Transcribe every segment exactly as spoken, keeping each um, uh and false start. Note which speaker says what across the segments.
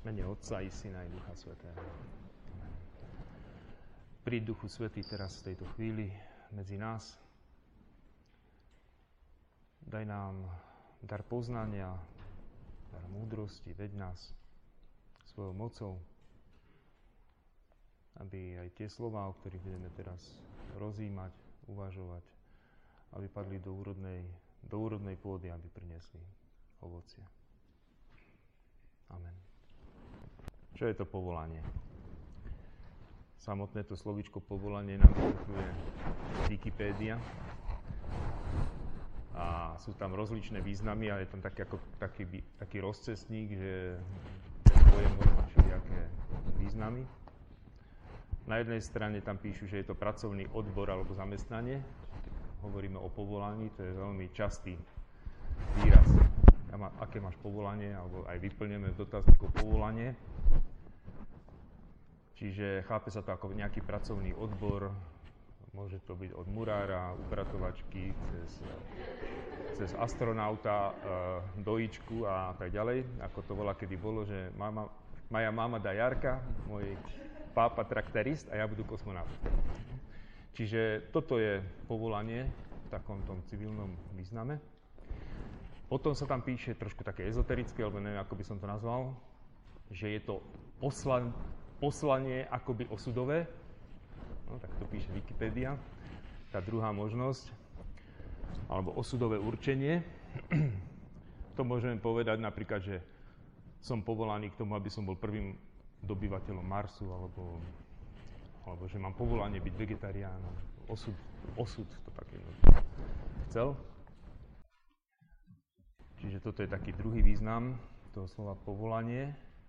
Speaker 1: Mene Otca i Syna i Ducha Svätého. Príď, Duchu Svätý, teraz v tejto chvíli medzi nás. Daj nám dar poznania, dar múdrosti, veď nás svojou mocou, aby aj tie slová, o ktorých budeme teraz rozjímať, uvažovať, aby padli do úrodnej, do úrodnej pôdy, aby priniesli ovocie. Amen. Čo je to povolanie? Samotné to slovíčko povolanie nám vysvetľuje Wikipédia. A sú tam rozličné významy a je tam taký, ako, taký, taký rozcestník, že ten pojem môže mať všelijaké významy. Na jednej strane tam píšu, že je to pracovný odbor alebo zamestnanie. Hovoríme o povolaní, to je veľmi častý výraz. Aké máš povolanie, alebo aj vyplňujeme v dotazníku povolanie. Čiže chápe sa to ako nejaký pracovný odbor, môže to byť od murára, upratovačky, cez, cez astronauta, e, dojičku a tak ďalej. Ako to volá, kedy bolo, že mama, moja mama dá Jarka, môj pápa traktorist a ja budú kosmonaut. Čiže toto je povolanie v takom tom civilnom význame. Potom sa tam píše trošku také ezoterické, alebo neviem, ako by som to nazval, že je to poslan, poslanie akoby osudové. No, tak to píše Wikipédia. Tá druhá možnosť, alebo osudové určenie. To môžeme povedať napríklad, že som povolaný k tomu, aby som bol prvým dobyvateľom Marsu, alebo, alebo že mám povolanie byť vegetariánom. Osud, osud to také chcel. Čiže toto je taký druhý význam toho slova povolanie.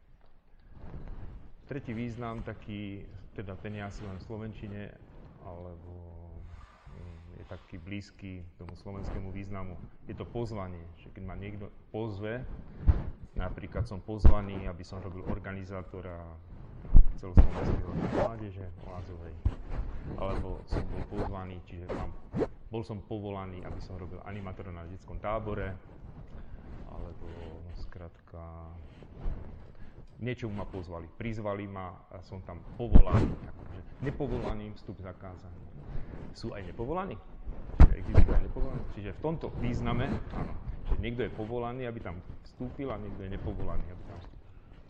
Speaker 1: Tretí význam, taký, teda ten je asi len v slovenčine, alebo je taký blízky tomu slovenskému významu. Je to pozvanie, že keď ma niekto pozve, napríklad som pozvaný, aby som robil organizátora celoslovenského mládeže Lázovej, alebo som bol pozvaný, čiže mám, bol som povolaný, aby som robil animátora na detskom tábore, alebo skrátka niečomu ma pozvali, prizvali ma a som tam povolaný. Akože nepovolaným vstup zakázaný. Sú aj nepovolaní? Existujú aj nepovolaní? Čiže v tomto význame, áno, že niekto je povolaný, aby tam vstúpil a niekto je nepovolaný, aby tam vstúpil.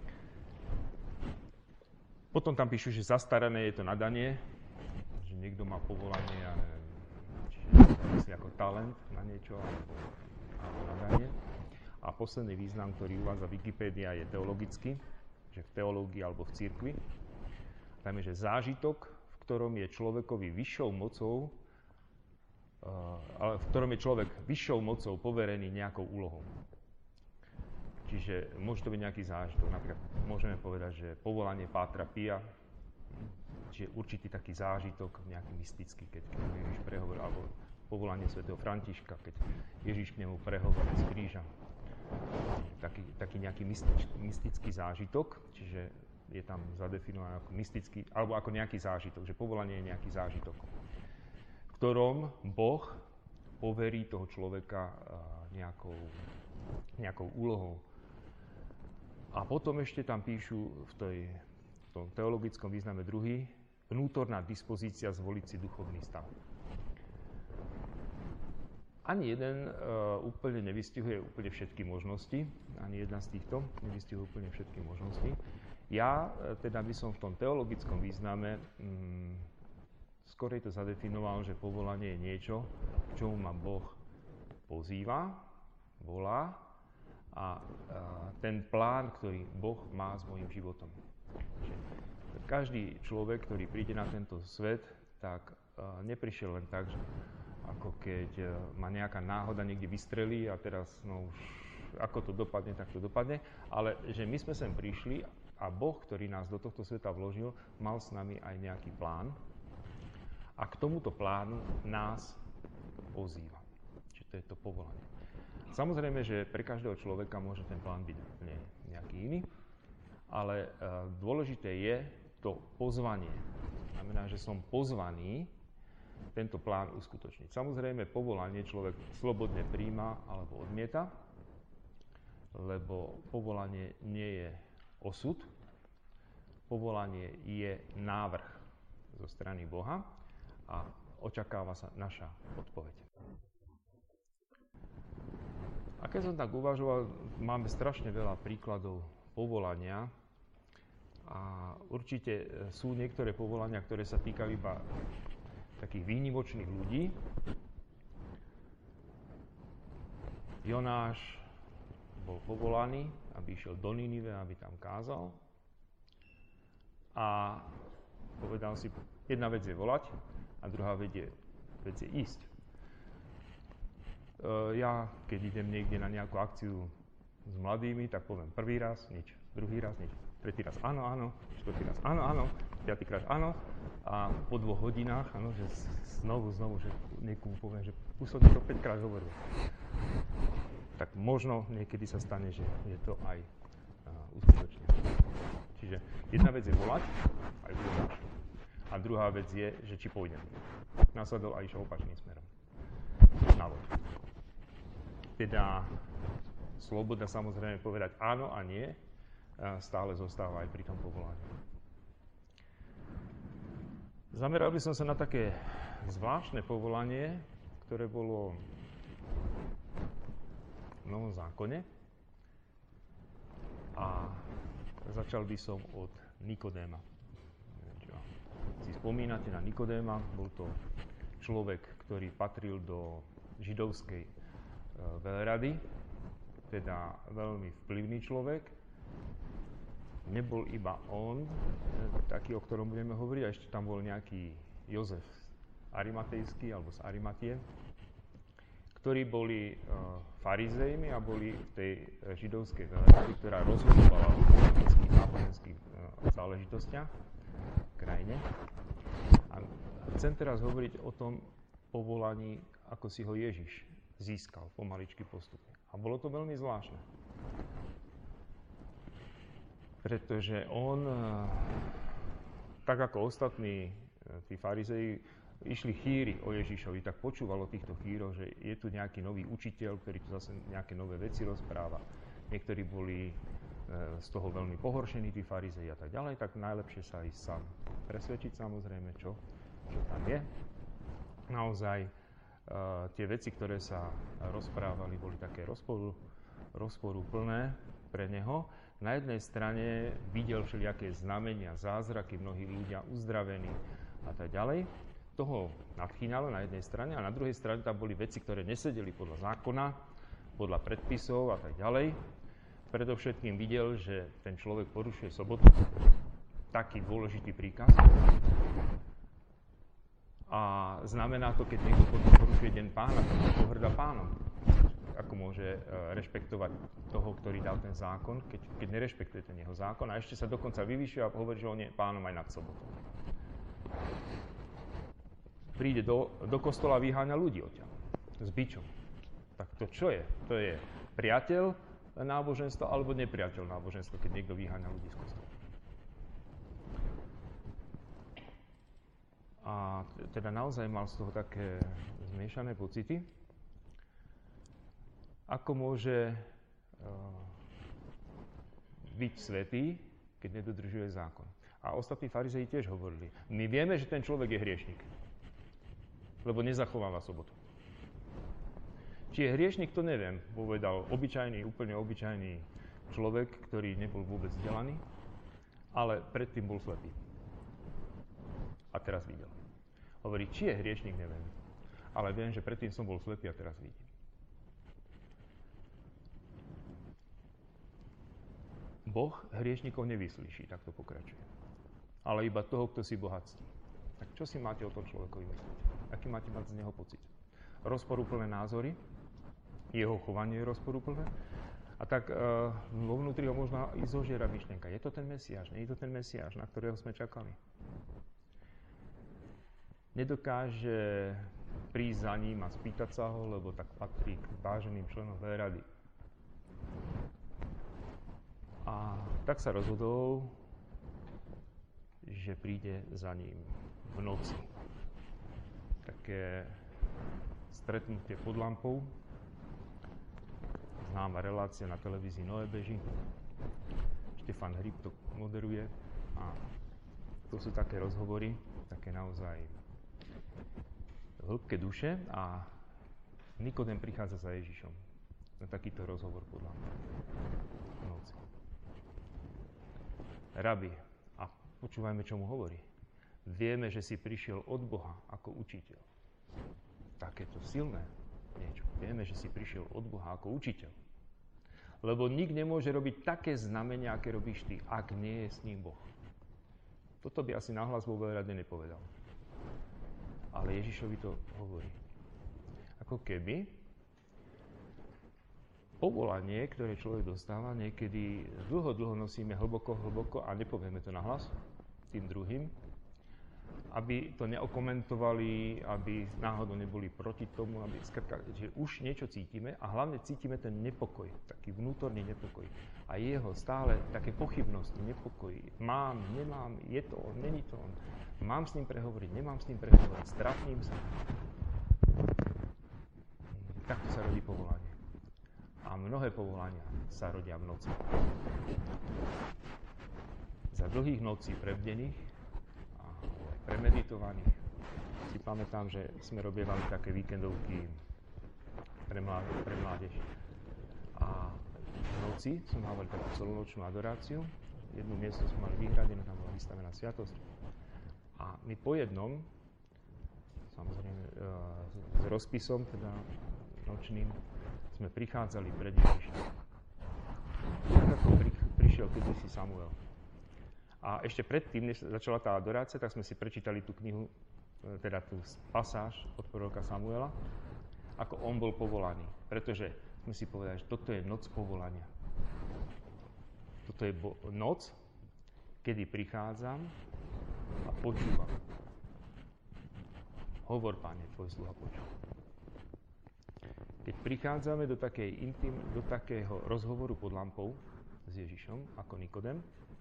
Speaker 1: Potom tam píšu, že zastarané je to nadanie, že niekto má povolanie, ja neviem, čiže myslí ako talent na niečo, alebo, alebo nadanie. A posledný význam, ktorý uvádza Wikipédia, je teologický, že v teológii alebo v cirkvi. Tam je, že zážitok, v ktorom je človekovi vyššou mocou, uh, ale v ktorom je človek vyššou mocou poverený nejakou úlohou. Čiže môže to byť nejaký zážitok. Napríklad môžeme povedať, že povolanie Pátra Pia, čiže určitý taký zážitok, nejaký mystický, keď Ježiš prehovoril, alebo povolanie svätého Františka, keď Ježiš k nemu prehovoril z kríža. Taký, taký nejaký mystič, mystický zážitok, čiže je tam zadefinovaný ako mystický, alebo ako nejaký zážitok, že povolanie je nejaký zážitok, v ktorom Boh poverí toho človeka nejakou, nejakou úlohou. A potom ešte tam píšu v, tej, v tom teologickom význame druhý, vnútorná dispozícia zvoliť si duchovný stav. Ani jeden uh, úplne nevystihuje úplne všetky možnosti, ani jedna z týchto nevystihuje úplne všetky možnosti. Ja uh, teda by som v tom teologickom význame um, skorej to zadefinoval, že povolanie je niečo, k čomu ma Boh pozýva, volá a uh, ten plán, ktorý Boh má s mojím životom. Že každý človek, ktorý príde na tento svet, tak uh, neprišiel len tak, že ako keď ma nejaká náhoda niekde vystrelí a teraz no už ako to dopadne, tak to dopadne. Ale že my sme sem prišli a Boh, ktorý nás do tohto sveta vložil, mal s nami aj nejaký plán. A k tomuto plánu nás pozýva. Čiže to je to povolanie. Samozrejme, že pre každého človeka môže ten plán byť úplne nejaký iný, ale uh, dôležité je to pozvanie. Znamená, že som pozvaný tento plán uskutočniť. Samozrejme, povolanie človek slobodne príjma alebo odmieta, lebo povolanie nie je osud. Povolanie je návrh zo strany Boha a očakáva sa naša odpoveď. A keď som tak uvažoval, máme strašne veľa príkladov povolania a určite sú niektoré povolania, ktoré sa týkajú iba takých výnimočných ľudí. Jonáš bol povolaný, aby išiel do Ninive, aby tam kázal. A povedal si, jedna vec je volať a druhá vec je, vec je ísť. E, ja, keď idem niekde na nejakú akciu s mladými, tak poviem prvý raz, nič, druhý raz, nič, tretí raz áno, áno, štvrtý raz áno, áno, piatýkrát áno a po dvoch hodinách, áno, že znovu, znovu, že niekomu poviem, že už som to päťkrát hovoril. Tak možno niekedy sa stane, že je to aj uh, uskutočne. Čiže jedna vec je volať, aj uvedáš. A druhá vec je, že či pôjdem. Nasledol a išiel opačným smerom. Navod. Teda sloboda samozrejme povedať áno a nie stále zostáva aj pri tom povolaní. Zameral by som sa na také zvláštne povolanie, ktoré bolo v Novom zákone. A začal by som od Nikodéma. Si spomínate na Nikodéma, bol to človek, ktorý patril do židovskej veľrady, teda veľmi vplyvný človek. Nebol iba on, taký, o ktorom budeme hovoriť, a ešte tam bol nejaký Jozef Arimatejský, alebo z Arimatie, ktorí boli uh, farizejmi a boli v tej židovskej veľrady, ktorá rozhodovala o politických náboženských uh, záležitostiach v krajine. A chcem teraz hovoriť o tom povolaní, ako si ho Ježiš získal pomaličky postupne. A bolo to veľmi zvláštne. Pretože on, tak ako ostatní tí farizeji, išli chýri o Ježišovi, tak počúval o týchto chýroch, že je tu nejaký nový učiteľ, ktorý tu zase nejaké nové veci rozpráva. Niektorí boli z toho veľmi pohoršení, tí farizeji a tak ďalej, tak najlepšie sa ísť sám presvedčiť samozrejme, čo, čo tam je. Naozaj tie veci, ktoré sa rozprávali, boli také rozporu, rozporúplné pre neho. Na jednej strane videl všelijaké znamenia, zázraky, mnohí ľudia uzdravení a tak ďalej. Toho nadchýňalo na jednej strane a na druhej strane tam boli veci, ktoré nesedeli podľa zákona, podľa predpisov a tak ďalej. Predovšetkým videl, že ten človek porušuje sobotu, taký dôležitý príkaz. A znamená to, keď niekto porušuje deň Pána, tak pohŕda Pánom. Ako môže rešpektovať toho, ktorý dal ten zákon, keď, keď nerešpektuje ten jeho zákon a ešte sa dokonca vyvyšuje a hovorí, že on je pánom aj nad sobotou. Príde do, do kostola a vyháňa ľudí odtiaľ s bičom. Tak to čo je? To je priateľ náboženstva alebo nepriateľ náboženstva, keď niekto vyháňa ľudí z kostola. A teda naozaj mal z toho také zmiešané pocity. Ako môže uh, byť svätý, keď nedodržuje zákon? A ostatní farizei tiež hovorili, my vieme, že ten človek je hriešnik, lebo nezachováva sobotu. Či je hriešnik, to neviem, povedal obyčajný, úplne obyčajný človek, ktorý nebol vôbec vzdelaný, ale predtým bol svätý. A teraz videl. Hovorí, či je hriešnik, neviem, ale viem, že predtým som bol svätý a teraz vidím. Boh hriešnikov nevyslíši, tak to pokračuje. Ale iba toho, kto si Boha ctí. Tak čo si máte o tom človekovi myslieť? Aký máte mať z neho pocit? Rozporúplné názory? Jeho chovanie je rozporúplné? A tak e, vo vnútri ho možno i zožiera myšlienka. Je to ten Mesiáš? Nie je to ten Mesiáš, na ktorého sme čakali? Nedokáže prísť za ním a spýtať sa ho, lebo tak patrí k váženým členom veľrady. A tak sa rozhodol, že príde za ním v noci. Také stretnutie pod lampou. Známa relácia na televízii Noé beží. Štefan pán Hryb to moderuje a to sú také rozhovory, také naozaj hĺbke duše a Nikodém prichádza za Ježišom na takýto rozhovor podľa mňa v noci. Rabi, a počúvajme, čo mu hovorí. Vieme, že si prišiel od Boha ako učiteľ. Takéto silné niečo. Vieme, že si prišiel od Boha ako učiteľ. Lebo nik nemôže robiť také znamenia, aké robíš ty, ak nie je s ním Boh. Toto by asi nahlas vo veľrade nepovedal. Ale Ježišovi to hovorí. Ako keby povolanie, ktoré človek dostáva, niekedy dlho, dlho nosíme hlboko, hlboko a nepovieme to nahlas tým druhým, aby to neokomentovali, aby náhodou neboli proti tomu, aby skrka, že už niečo cítime a hlavne cítime ten nepokoj, taký vnútorný nepokoj. A jeho stále také pochybnosti, nepokoj. Mám, nemám, je to on, není to on. Mám s ním prehovoriť, nemám s ním prehovoriť, strapním sa. Takto sa rodí povolanie. A mnohé povolania sa rodia v noci. Za dlhých nocí prebdených a premeditovaných. Si pamätám, že sme robievali také víkendovky pre, mládež, pre mládež. A v noci sme mali takú celonočnú adoráciu. Jednu miesto sme mali vyhradenú, tam bola vystavená sviatosť. A my po jednom, samozrejme s rozpisom, teda nočným, sme prichádzali pred Ježišom. Tak ako pri, prišiel kedysi Samuel. A ešte predtým, než začala tá adorácia, tak sme si prečítali tú knihu, teda tú pasáž od proroka Samuela, ako on bol povolaný. Pretože sme si povedali, že toto je noc povolania. Toto je bo- noc, kedy prichádzam a počúvam. Hovor, Pane, tvoj sluha počúva. Keď prichádzame do, takej intim, do takého rozhovoru pod lampou s Ježišom, ako Nikodém,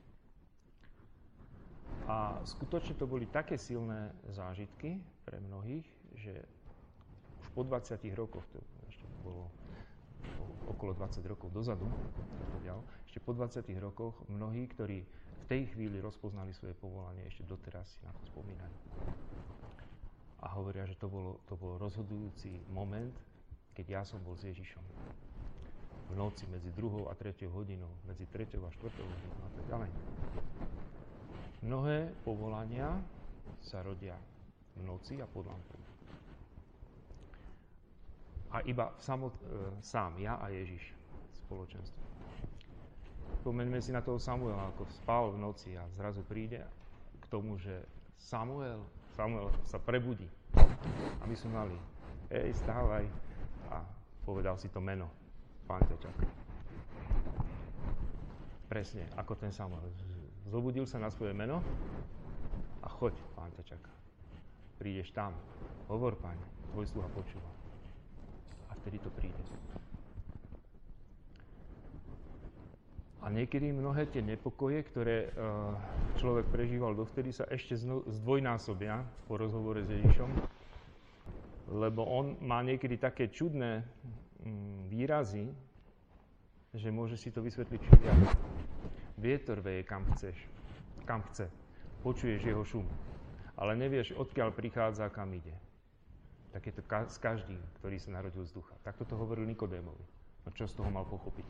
Speaker 1: a skutočne to boli také silné zážitky pre mnohých, že už po dvadsiatich rokoch, to ešte bolo okolo dvadsať rokov dozadu, ešte po dvadsiatich rokoch mnohí, ktorí v tej chvíli rozpoznali svoje povolanie, ešte doteraz si na to spomínajú. A hovoria, že to, bolo, to bol rozhodujúci moment, keď ja som bol s Ježišom. V noci medzi druhou a treťou hodinou, medzi treťou a štvrtou hodinou a tak ďalej. Mnohé povolania sa rodia v noci a pod lampou. A iba samot, e, sám, ja a Ježiš v spoločenstve. Pomeňme si na toho Samuela, ako spal v noci a zrazu príde k tomu, že Samuel, Samuel sa prebudí. A my sme mali, hej, stávaj. A povedal si to meno. Pán ťa čaká. Presne, ako ten Samuel. Zobudil sa na svoje meno a choď, Pán ťa čaká. Prídeš tam. Hovor, Pane, tvoj sluha počúva. A vtedy to príde. A niekedy mnohé tie nepokoje, ktoré uh, človek prežíval dovtedy, sa ešte zno, zdvojnásobia po rozhovore s Ježišom, lebo on má niekedy také čudné mm, výrazy, že môže si to vysvetliť viac. Vietor veje kam chceš, kam chce. Počuješ jeho šum, ale nevieš, odkiaľ prichádza a kam ide. Tak je to ka- s každým, ktorý sa narodil z ducha. Takto to hovoril Nikodémovi. No čo z toho mal pochopiť?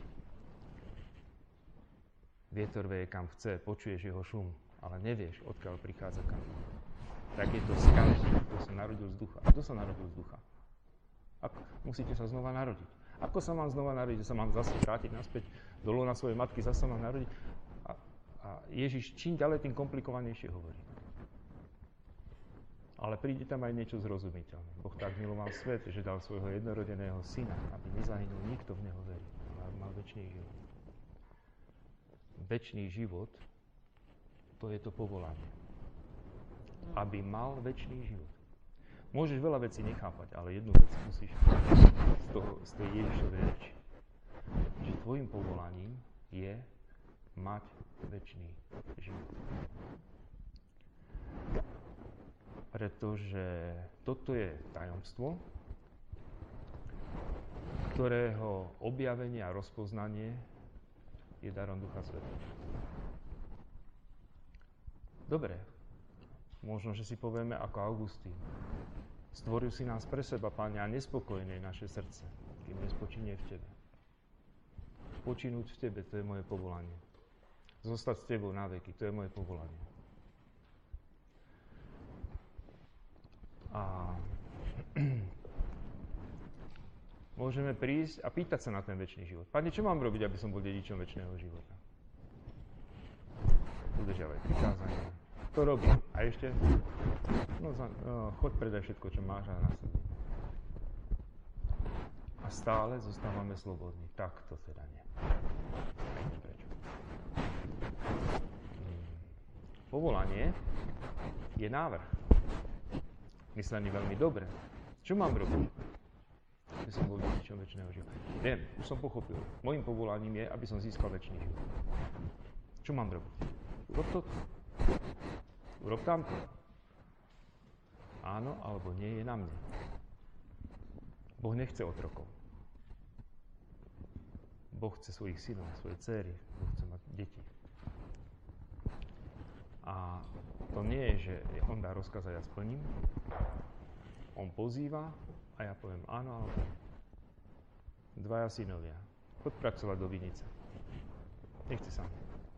Speaker 1: Vietor veje kam chce, počuješ jeho šum, ale nevieš, odkiaľ prichádza kam ide. Tak je to s každým, kto sa narodil z ducha. A kto sa narodil z ducha? Ako? Musíte sa znova narodiť. Ako sa mám znova narodiť? Sa mám zase vrátiť naspäť do lona svojej matky, zase sa mám narodiť? A, a Ježiš čím ďalej, tým komplikovanejšie hovorí. Ale príde tam aj niečo zrozumiteľné. Boh tak miloval svet, že dal svojho jednorodeného syna, aby nezahynul nikto v neho verí, ale aby mal večný život. Večný život, to je to povolanie. Aby mal večný život. Môžeš veľa vecí nechápať, ale jednu vec musíš z, toho, z tej Ježišovej reči. Že tvojim povolaním je mať večný život. Pretože toto je tajomstvo, ktorého objavenie a rozpoznanie je darom Ducha Svätého. Dobre, možno, že si povieme ako Augustín. Stvoril si nás pre seba, Pane, a nespokojné je naše srdce, kým nespočinie v Tebe. Počinúť v Tebe, to je moje povolanie. Zostať s Tebou na veky, to je moje povolanie. A môžeme prísť a pýtať sa na ten večný život. Pane, čo mám robiť, aby som bol dedičom večného života? Udržiavaj prikázania. To robím. A ešte? No, za, no choď predaj všetko, čo máš a nasledujme. A stále zostávame slobodní. Tak to teda nie. Prečo? Povolanie je návrh. Myslený veľmi dobre. Čo mám robiť? Aby som bol dedičom večného života. Viem, už som pochopil. Mojím povolaním je, aby som získal večný život. Čo mám robiť? Urob toto. Urob tamto. Áno, alebo nie je na mne. Boh nechce otrokov. Boh chce svojich synov, svoje dcéry. Boh chce mať deti. A to nie je, že on dá rozkaz a ja splním. On pozýva a ja poviem áno, alebo dvaja synovia. Chod pracovať do vinice. Nechce sa.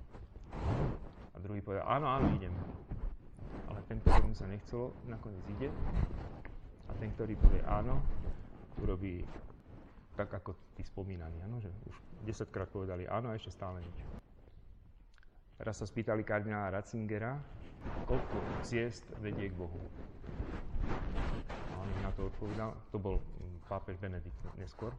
Speaker 1: A druhý povie áno, áno, idem. Ale ten, ktorému sa nechcelo, nakoniec ide. A ten, ktorý povie áno, urobí tak, ako tí spomínaní. Áno, že už desaťkrát povedali áno a ešte stále nič. Raz sa spýtali kardinála Ratzingera, koľko ciest vedie k Bohu. A on na to odpovedal, to bol pápež Benedikt neskôr.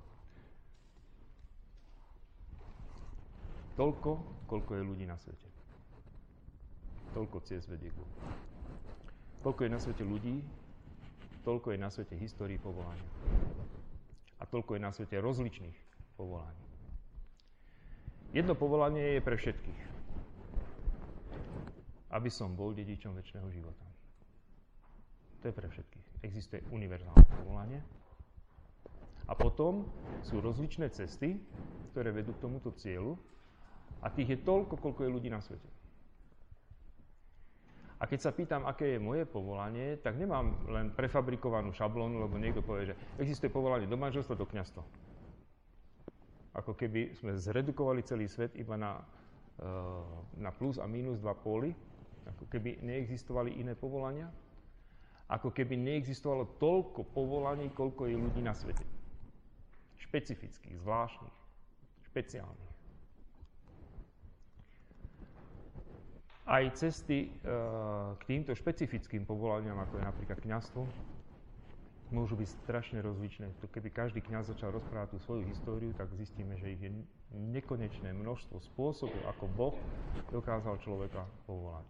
Speaker 1: Toľko, koľko je ľudí na svete. Toľko ciest vedie k Bohu. Toľko je na svete ľudí, toľko je na svete histórií povolania. A toľko je na svete rozličných povolaní. Jedno povolanie je pre všetkých. Aby som bol dedičom večného života. To je pre všetkých. Existuje univerzálne povolanie. A potom sú rozličné cesty, ktoré vedú k tomuto cieľu. A tých je toľko, koľko je ľudí na svete. A keď sa pýtam, aké je moje povolanie, tak nemám len prefabrikovanú šablónu, lebo niekto povie, že existuje povolanie do manželstva, do kňazstva. Ako keby sme zredukovali celý svet iba na, na plus a minus dva póly, ako keby neexistovali iné povolania, ako keby neexistovalo toľko povolaní, koľko je ľudí na svete. Špecifických, zvláštnych, špeciálnych. Aj cesty e, k týmto špecifickým povolaniam, ako je napríklad kňazstvo, môžu byť strašne rozličné. To keby každý kňaz začal rozprávať tú svoju históriu, tak zistíme, že ich je nekonečné množstvo spôsobov, ako Boh dokázal človeka povolať.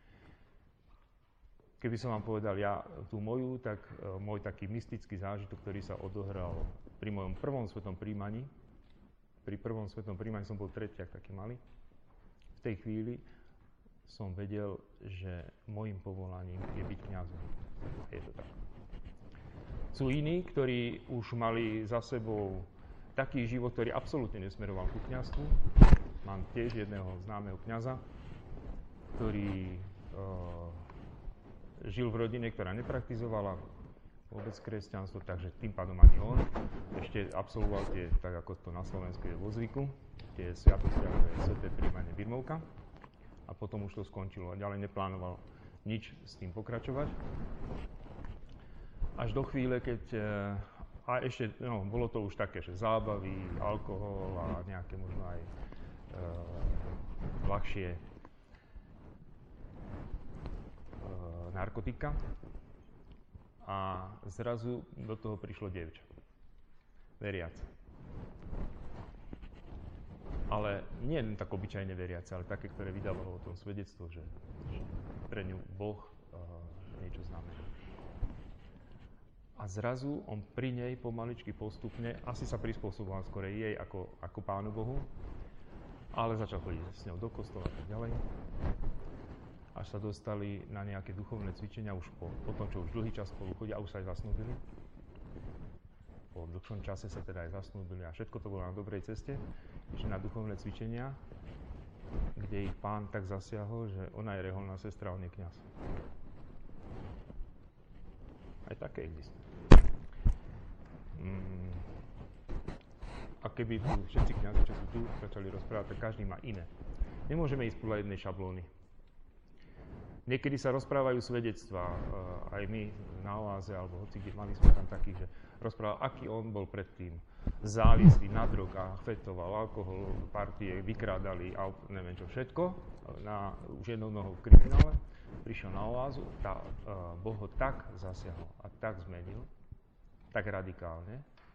Speaker 1: Keby som vám povedal ja tú moju, tak e, môj taký mystický zážitok, ktorý sa odohral pri mojom prvom svetom príjmaní, pri prvom svetom príjmaní som bol tretiak, taký malý, v tej chvíli som vedel, že môjim povolaním je byť kňazom. Je to tak. Sú iní, ktorí už mali za sebou taký život, ktorý absolútne nesmeroval ku kňazstvu. Mám tiež jedného známeho kňaza, ktorý e, žil v rodine, ktorá nepraktizovala vôbec kresťanstvo, takže tým pádom ani on ešte absolvoval tie, tak ako to na Slovensku je vo zvyku, tie sviatosti, ako je sväté príjmanie birmovka. A potom už to skončilo a ďalej neplánoval nič s tým pokračovať. Až do chvíle, keď... A ešte, no, bolo to už také, že zábavy, alkohol a nejaké možno aj e, ľahšie e, narkotika. A zrazu do toho prišlo dievča. Veriace. Ale nie len tak obyčajne veriace, ale také, ktoré vydávalo o tom svedectvo, že, že pre ňu Boh uh, niečo znamená. A zrazu on pri nej pomaličky postupne, asi sa prispôsoboval skôr jej ako, ako Pánu Bohu, ale začal chodiť s ňou do kostola a tak ďalej. Až sa dostali na nejaké duchovné cvičenia už po, po tom, čo už dlhý čas spolu chodia a už sa aj zasnúbili. Po dlhšom čase sa teda aj zasnúbili a všetko to bolo na dobrej ceste. Išli na duchovné cvičenia kde ich Pán tak zasiahol, že ona je reholná sestra, on je kňaz. Aj také existuje. Mm. A keby tu všetci kňazi, čo sú tu, začali rozprávať, tak každý má iné. Nemôžeme ísť podľa jednej šablóny. Niekedy sa rozprávajú svedectvá, aj my na oáze, alebo hoci kde mali sme tam takých, že rozprával, aký on bol predtým závislý na drogách, fetoval, alkohol, partie, vykrádali, neviem čo, všetko, na, už jednou nohou v kriminále, prišiel na oázu, tá, uh, Boh ho tak zasiahol a tak zmenil, tak radikálne,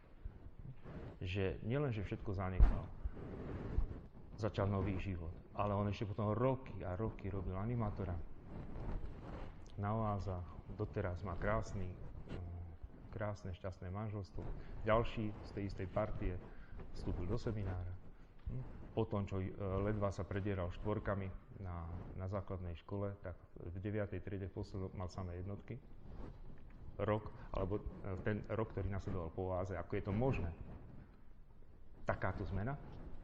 Speaker 1: že nielen, že všetko zanechal, začal nový život, ale on ešte potom roky a roky robil animátora na oázach, doteraz má krásny, krásne, šťastné manželstvo. Ďalší z tej istej partie vstúpil do seminára. Potom, čo ledva sa predieral štvorkami na, na základnej škole, tak v deviatej triede poslednom mal samé jednotky. Rok, alebo ten rok, ktorý nasledoval po oáze, ako je to možné. Takáto zmena.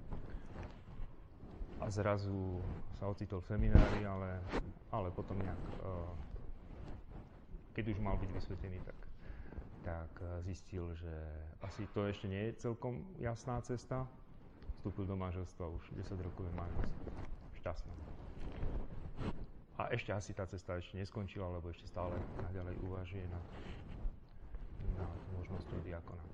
Speaker 1: A zrazu sa ocitol v seminári, ale, ale potom nejak, uh, keď už mal byť vysvetený, tak, tak zistil, že asi to ešte nie je celkom jasná cesta. Vstúpil do manželstva, už desaťrokové manželstvo. Šťastné. A ešte asi tá cesta ešte neskončila, lebo ešte stále naďalej uvažuje na, na možnosťou diakona.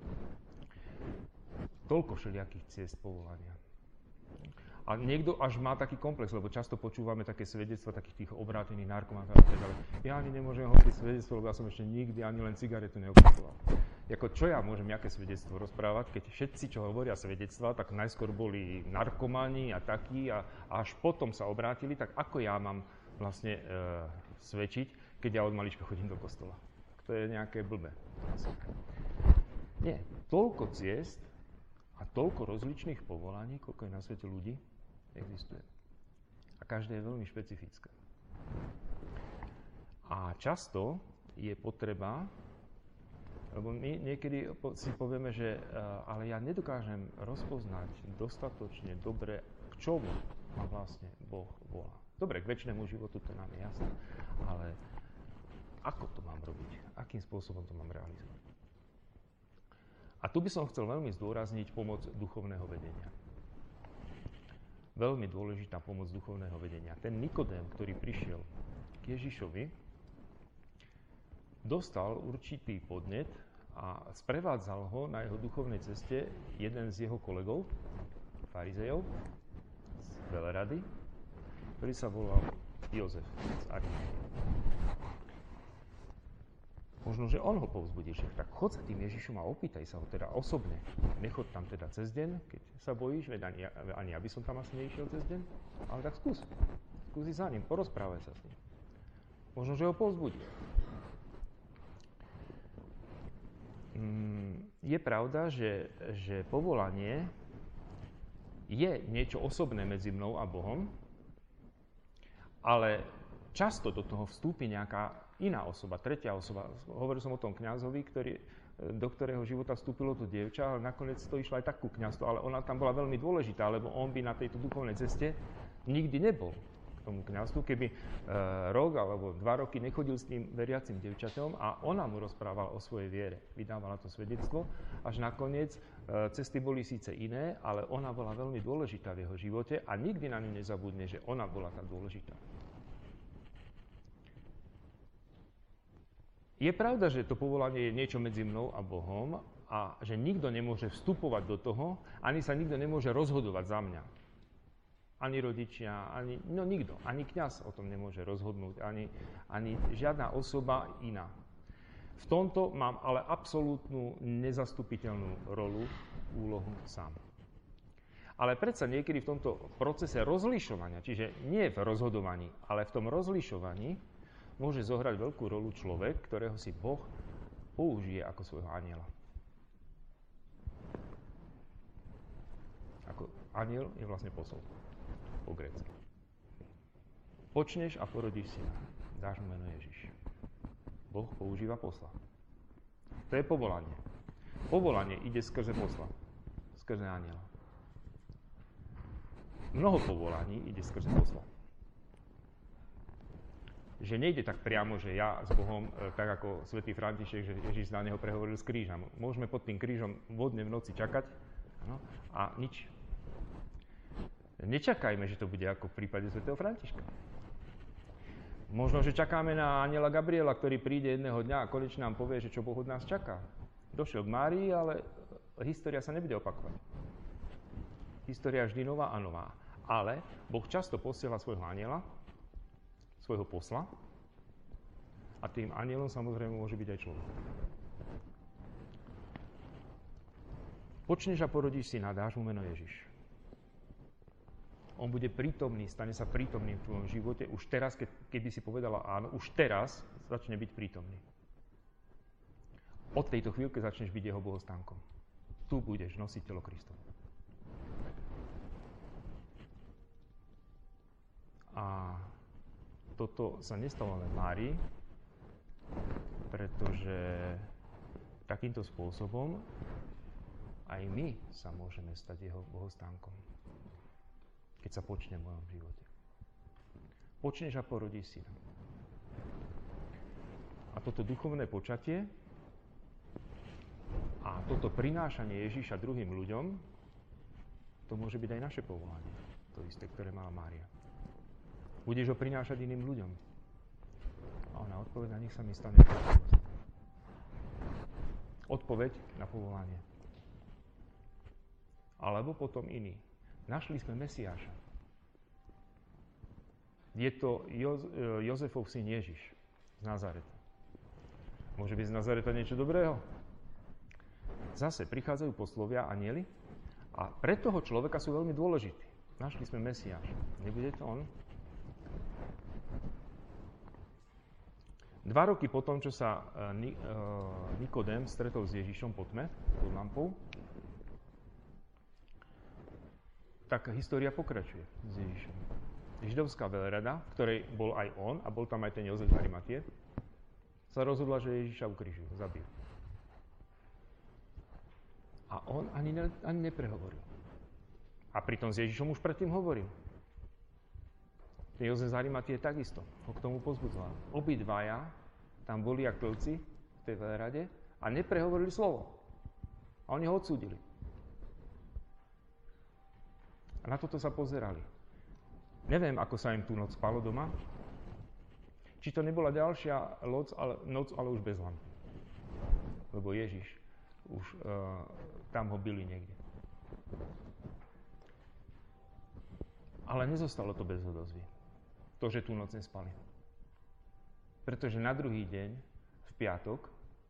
Speaker 1: Toľko všelijakých ciest povolania. A niekto až má taký komplex, lebo často počúvame také svedectva takých tých obrátených narkomanov a tak ďalej. Ja ani nemôžem hovoriť svedectvo, lebo ja som ešte nikdy ani len cigaretu neopakoval. Jako čo ja môžem, aké svedectvo rozprávať, keď všetci, čo hovoria svedectva, tak najskôr boli narkomani a takí a, a až potom sa obrátili, tak ako ja mám vlastne e, svedčiť, keď ja od malička chodím do kostola. To je nejaké blbé. Nie, toľko ciest a toľko rozličných povolaní, koľko je na svete ľudí, existuje. A každé je veľmi špecifické. A často je potreba, lebo my niekedy si povieme, že uh, ale ja nedokážem rozpoznať dostatočne dobre, k čomu ma vlastne Boh volá. Dobre, k večnému životu to nám je jasné, ale ako to mám robiť? Akým spôsobom to mám realizovať? A tu by som chcel veľmi zdôrazniť pomoc duchovného vedenia. Veľmi dôležitá pomoc duchovného vedenia. Ten Nikodém, ktorý prišiel k Ježišovi, dostal určitý podnet a sprevádzal ho na jeho duchovnej ceste jeden z jeho kolegov, farizejov, z Velerady, ktorý sa volal Jozef z Arimátie. Možno, že on ho povzbudí, že tak chod sa tým Ježišom a opýtaj sa ho teda osobne. Nechod tam teda cez deň, keď sa bojíš, veď ani, ani ja by som tam asi neišiel cez deň, ale tak skús. Skúsi za ním, porozprávaj sa s ním. Možno, že ho povzbudí. Je pravda, že, že povolanie je niečo osobné medzi mnou a Bohom, ale často do toho vstúpi nejaká iná osoba, tretia osoba. Hovoril som o tom kňazovi, ktorý, do ktorého života vstúpilo to dievča, ale nakoniec to išlo aj tak ku kňazstvu, ale ona tam bola veľmi dôležitá, lebo on by na tejto duchovnej ceste nikdy nebol k tomu kňazstvu, keby e, rok alebo dva roky nechodil s tým veriacim dievčatom a ona mu rozprávala o svojej viere. Vydávala to svedectvo, až nakoniec e, cesty boli síce iné, ale ona bola veľmi dôležitá v jeho živote a nikdy na ňu nezabudne, že ona bola tá dôležitá. Je pravda, že to povolanie je niečo medzi mnou a Bohom a že nikto nemôže vstupovať do toho, ani sa nikto nemôže rozhodovať za mňa. Ani rodičia, ani, no nikto, ani kňaz o tom nemôže rozhodnúť, ani, ani žiadna osoba iná. V tomto mám ale absolútnu nezastupiteľnú rolu, úlohu sám. Ale predsa niekedy v tomto procese rozlišovania, čiže nie v rozhodovaní, ale v tom rozlišovaní, môže zohrať veľkú rolu človek, ktorého si Boh použije ako svojho anjela. Ako anjel je vlastne posol, po grécky. Počneš a porodíš syna, dáš mu meno Ježiš. Boh používa posla. To je povolanie. Povolanie ide skrze posla, skrze anjela. mnoho povolaní ide skrze posla. Že nejde tak priamo, že ja s Bohom, tak ako svätý František, že Ježiš na neho prehovoril z kríža. Môžeme pod tým krížom vodne v noci čakať, no, a nič. Nečakajme, že to bude ako v prípade svätého Františka. Možno, že čakáme na anjela Gabriela, ktorý príde jedného dňa a konečne nám povie, že čo Boh od nás čaká. Došiel k Márii, ale história sa nebude opakovať. História vždy nová a nová. Ale Boh často posiela svojho anjela, svojho posla, a tým anjelom samozrejme môže byť aj človek. Počneš a porodíš syna, dáš mu meno Ježiš. On bude prítomný, stane sa prítomným v tvojom živote. Už teraz, keď, keby si povedala áno, už teraz začne byť prítomný. Od tejto chvíľky začneš byť jeho bohostánkom. Tu budeš nosiť telo Kristovo. A toto sa nestalo len Márii, pretože takýmto spôsobom aj my sa môžeme stať jeho bohostánkom, keď sa počne v mojom živote. Počneš a porodíš syna. A toto duchovné počatie a toto prinášanie Ježiša druhým ľuďom, to môže byť aj naše povolanie, to isté, ktoré mala Mária. Budeš ho prinášať iným ľuďom. A ona odpoveď, nech sa mi stane. Odpoveď na povolanie. Alebo potom iný. Našli sme Mesiáša. Je to jo- Jozefov syn Ježiš z Nazareta. Môže byť z Nazareta niečo dobrého? Zase prichádzajú poslovia, anjeli, a pre toho človeka sú veľmi dôležití. Našli sme Mesiáša. Nebude to on? Dva roky potom, čo sa Nikodém stretol s Ježišom po tme, pod lampou, tak história pokračuje s Ježišom. Židovská veľrada, v ktorej bol aj on, a bol tam aj ten Jozef z Arimatie, sa rozhodla, že Ježiša ukrižujú, zabijú. A on ani, ne, ani neprehovoril. A pritom s Ježišom už predtým hovoril. Ten Jozef z Arimatie takisto ho k tomu pozbudzoval. Obidvaja tam boli jak plci v tej veľrade a neprehovorili slovo. A oni ho odsúdili. A na toto sa pozerali. Neviem, ako sa im tú noc spalo doma. Či to nebola ďalšia noc, ale, noc, ale už bez lampy. Lebo Ježiš už uh, tam ho byli niekde. Ale nezostalo to bez odozvy. To, že tú noc nespali. Pretože na druhý deň, v piatok,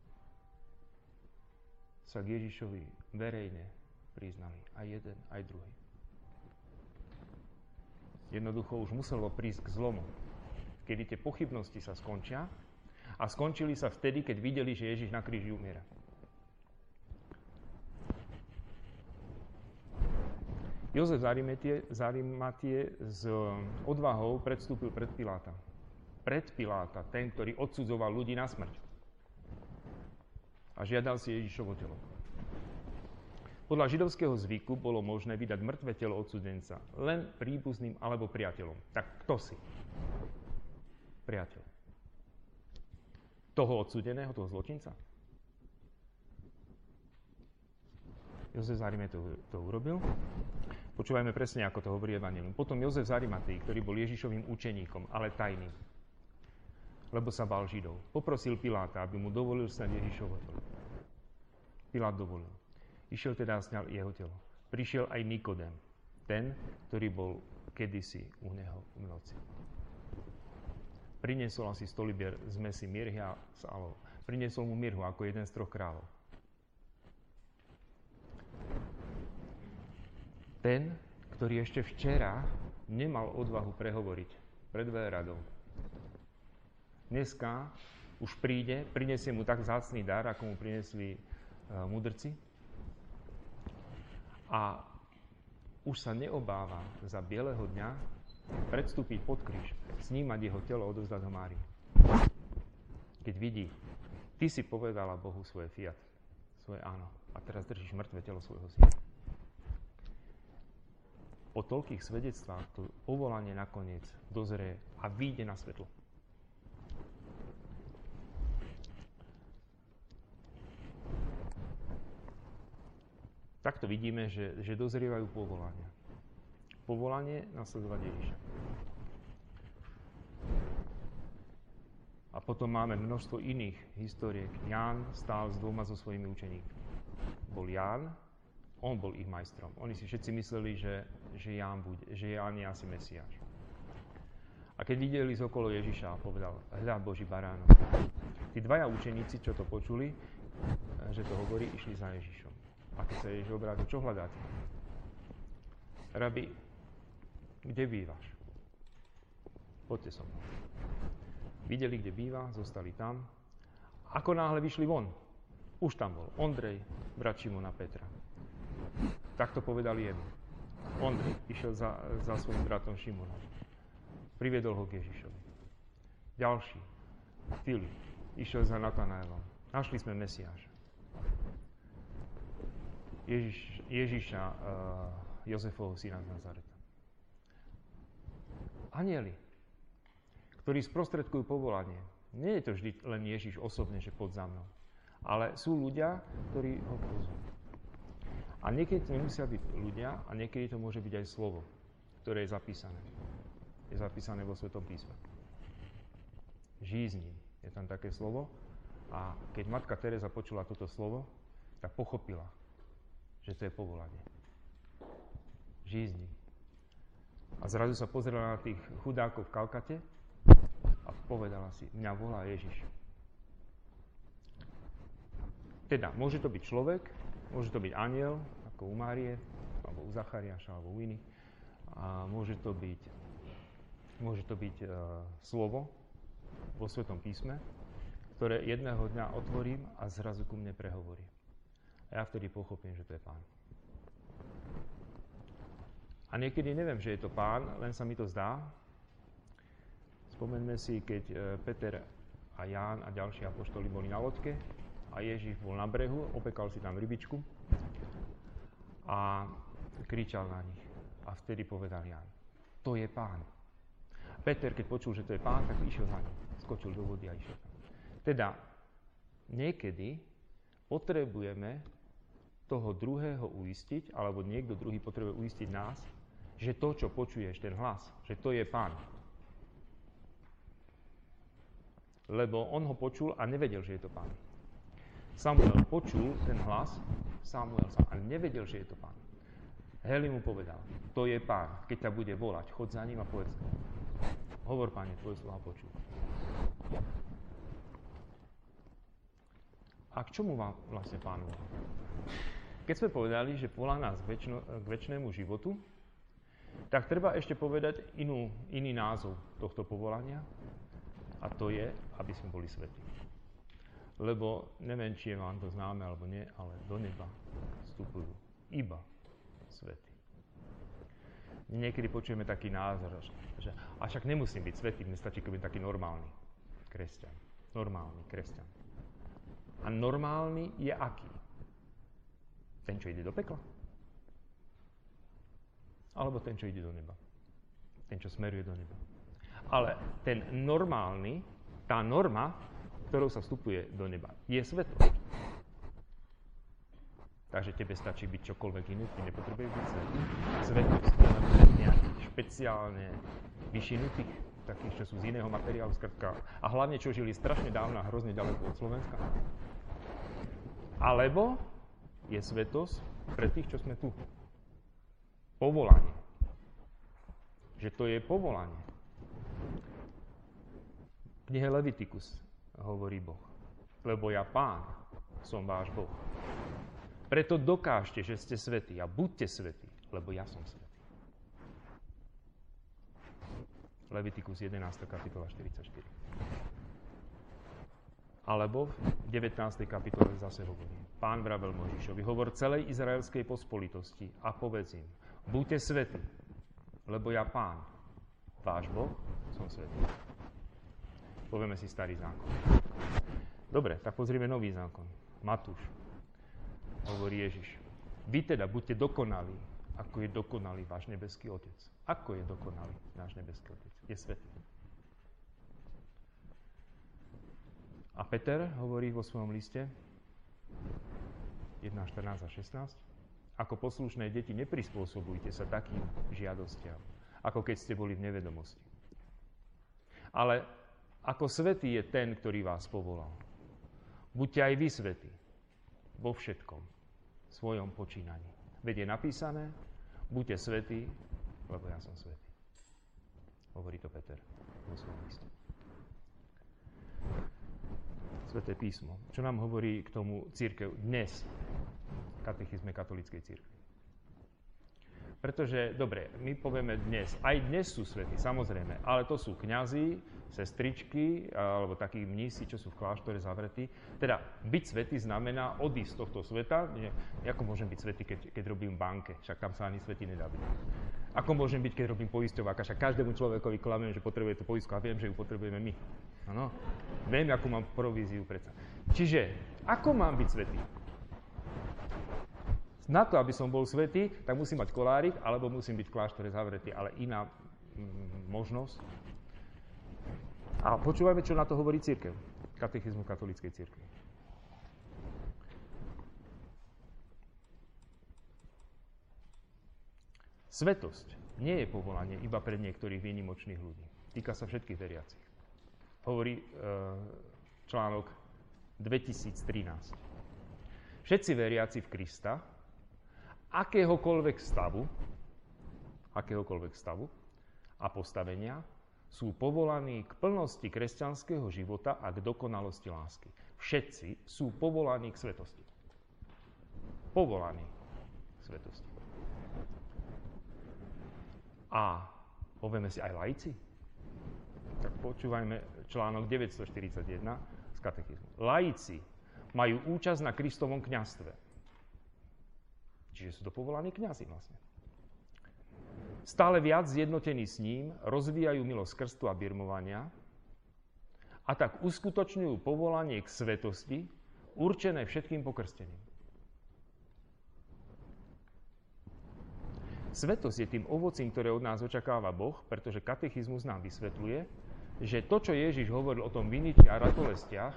Speaker 1: sa k Ježišovi verejne priznali. Aj jeden, aj druhý. Jednoducho už muselo prísť k zlomu, kedy tie pochybnosti sa skončia a skončili sa vtedy, keď videli, že Ježiš na kríži umiera. Jozef z Arimatie, z Arimatie s odvahou predstúpil pred Piláta. Pred Piláta, ten, ktorý odsudzoval ľudí na smrť. A žiadal si Ježišovo telo. Podľa židovského zvyku bolo možné vydať mŕtve telo odsúdenca len príbuzným alebo priateľom. Tak kto si? Priateľ. Toho odsúdeného, toho zločinca? Jozef z Arimatie to, to urobil. Počúvajme presne, ako to hovorí Evangelium. Potom Jozef z Arimatie, ktorý bol Ježišovým učeníkom, ale tajným, lebo sa bál Židov, poprosil Piláta, aby mu dovolil sňať Ježišovo telo. Pilát dovolil. Išiel teda a sňal jeho telo. Prišiel aj Nikodém, ten, ktorý bol kedysi u neho v noci. Priniesol asi stolibier zmesi mirhy a sálov. Priniesol mu mirhu ako jeden z troch kráľov. Ten, ktorý ešte včera nemal odvahu prehovoriť pred veľradou. Dneska už príde, prinesie mu tak vzácny dar, ako mu prinesli uh, mudrci. A už sa neobáva za bieleho dňa predstúpiť pod kríž, snímať jeho telo a odovzdať ho Márii. Keď vidí, ty si povedala Bohu svoje fiat, svoje áno, a teraz držíš mŕtve telo svojho syna. po toľkých svedectvách to povolanie nakoniec dozrie a vyjde na svetlo. Takto vidíme, že, že dozrievajú povolania. Povolanie nasledovať Ježiša. A potom máme množstvo iných historiek. Ján stál s dvoma so svojimi učeníkmi. Bol Ján, on bol ich majstrom. Oni si všetci mysleli, že, že, Ján, bude, že Ján je asi Mesiáš. A keď videli z okolo Ježiša a povedal, hľa Boží baránok. Tí dvaja učeníci, čo to počuli, že to hovorí, išli za Ježišom. A keď sa Ježiš obrátil, čo hľadáte? Rabi, kde bývaš? Poďte so mnou. Videli, kde býva, zostali tam. Ako náhle vyšli von, už tam bol Ondrej, brat Šimona Petra. Tak to povedali jemu. Ondrej išiel za, za svojím bratom Šimonom. Priviedol ho k Ježišovi. Ďalší, Filip, išiel za Natanaelom. Našli sme Mesiáša. Ježiš, Ježiša, uh, Jozefovho syna z Nazareta. Anjeli, ktorí sprostredkujú povolanie. Nie je to vždy len Ježiš osobne, že pod za mnou. Ale sú ľudia, ktorí ho pozvú. A niekedy to nemusia byť ľudia, a niekedy to môže byť aj slovo, ktoré je zapísané. Je zapísané vo Svetom písme. Žízni. Je tam také slovo. A keď matka Teresa počula toto slovo, tak pochopila, že to je povolanie. Žízni. A zrazu sa pozrela na tých chudákov v Kalkate a povedala si, mňa volá Ježiš. Teda, môže to byť človek, môže to byť anjel, ako u Márie, alebo u Zachariáša, alebo u iných. A môže to byť, môže to byť uh, slovo vo Svetom písme, ktoré jedného dňa otvorím a zrazu ku mne prehovorí. A ja vtedy pochopím, že to je Pán. A niekedy neviem, že je to Pán, len sa mi to zdá. Spomeňme si, keď Peter a Ján a ďalší apoštoli boli na loďke a Ježiš bol na brehu, opekal si tam rybičku a kričal na nich. A vtedy povedal Ján, to je Pán. Peter, keď počul, že to je Pán, tak išiel za ním. Skočil do vody a išiel tam. Teda, niekedy potrebujeme toho druhého uistiť, alebo niekto druhý potrebuje uistiť nás, že to, čo počuješ, ten hlas, že to je Pán. Lebo on ho počul a nevedel, že je to Pán. Samuel počul ten hlas, Samuel sa a nevedel, že je to Pán. Heli mu povedal, to je Pán, keď ťa bude volať, chod za ním a povedz, hovor, Pane, tvoje slova počul. A k čomu vám vlastne Pán volá? Keď sme povedali, že volá nás k, väčno, k väčšnému životu, tak treba ešte povedať inú, iný názov tohto povolania, a to je, aby sme boli svätí. Lebo neviem, či je vám to známe alebo nie, ale do neba vstupujú iba svätí. Niekedy počujeme taký názor, že a však nemusím byť svätý, mne stačí, keď byť taký normálny kresťan. Normálny kresťan. A normálny je aký? Ten, čo ide do pekla? Alebo ten, čo ide do neba? Ten, čo smeruje do neba. Ale ten normálny, tá norma, ktorou sa vstupuje do neba, je svetosť. Takže tebe stačí byť čokoľvek iné, ty nepotrebuješ byť svetý. Svetosť je len pre nejakých špeciálne vyšinutých, takých, čo sú z iného materiálu, skratka. A hlavne, čo žili strašne dávno a hrozne ďaleko od Slovenska. Alebo je svetosť pre tých, čo sme tu. Povolanie. Že to je povolanie. V knihe Levitikus hovorí Boh. Lebo ja, Pán, som váš Boh. Preto dokážte, že ste svätí a buďte svätí, lebo ja som svätý. Levitikus jedenásta kapitola štyridsaťštyri. Alebo v devätnástej kapitole zase hovorí. Pán vravel Mojžišovi, hovor celej izraelskej pospolitosti a povedz im, buďte svätí, lebo ja, Pán, váš Boh, som svätý. Povieme si starý zákon. Dobre, tak pozrieme nový zákon. Matúš. Hovorí Ježiš. Vy teda buďte dokonalí, ako je dokonalý váš nebeský Otec. Ako je dokonalý náš nebeský Otec? Je svätý. A Peter hovorí vo svojom liste jeden, štrnásť a šestnásť. Ako poslušné deti, neprispôsobujte sa takým žiadostiam, ako keď ste boli v nevedomosti. Ale ako svätý je ten, ktorý vás povolal. Buďte aj vy svätí vo všetkom svojom počínaní. Veď je napísané, buďte svätí, lebo ja som svätý. Hovorí to Peter vo svojom liste. Sväté písmo. Čo nám hovorí k tomu cirkev dnes v katechizme katolíckej cirkvi? Pretože, dobre, my povieme dnes, aj dnes sú svätí, samozrejme, ale to sú kňazi, sestričky, alebo takí mnísi, čo sú v kláštore zavretí. Teda, byť svätý znamená odísť z tohto sveta. Nie, ako môžem byť svätý, keď, keď robím v banke? Však tam sa ani svätý nedá byť. Ako môžem byť, keď robím poisťováka? Však každému človekovi klamem, že potrebuje tú poistku a viem, že ju potrebujeme my. Áno? Viem, akú mám províziu predsa. Čiže, ako mám byť svätý? Na to, aby som bol svätý, tak musím mať kolárik, alebo musím byť v kláštore zavretý. Ale iná mm, možnosť. A počúvajme, čo na to hovorí cirkev. Katechizmu katolíckej cirkvi. Svetosť nie je povolanie iba pre niektorých výnimočných ľudí. Týka sa všetkých veriacich. Hovorí e, článok dvetisíctrinásť. Všetci veriaci v Krista, akéhokoľvek stavu, akéhokoľvek stavu a postavenia, sú povolaní k plnosti kresťanského života a k dokonalosti lásky. Všetci sú povolaní k svetosti. Povolaní k svetosti. A povieme si aj laici. Tak počúvajme článok deväťstoštyridsaťjeden z katechizmu. Laici majú účasť na Kristovom kňazstve. Čiže sú to povolaní kňazi vlastne. Stále viac zjednotení s ním rozvíjajú milosť krstu a birmovania a tak uskutočňujú povolanie k svetosti určené všetkým pokrsteným. Svetosť je tým ovocím, ktoré od nás očakáva Boh, pretože katechizmus nám vysvetľuje, že to, čo Ježiš hovoril o tom viniči a ratolestiach,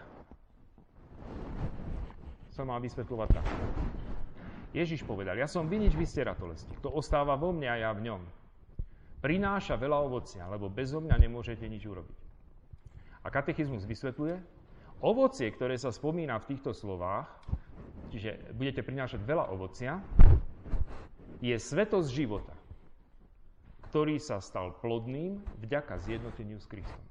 Speaker 1: sa má vysvetľovať tak. Ježiš povedal, ja som vinič, vy ste ratolesti. Kto ostáva vo mne a ja v ňom, prináša veľa ovocia, lebo bezo mňa nemôžete nič urobiť. A katechizmus vysvetľuje, ovocie, ktoré sa spomína v týchto slovách, čiže budete prinášať veľa ovocia, je svetosť života, ktorý sa stal plodným vďaka zjednoteniu s Kristom.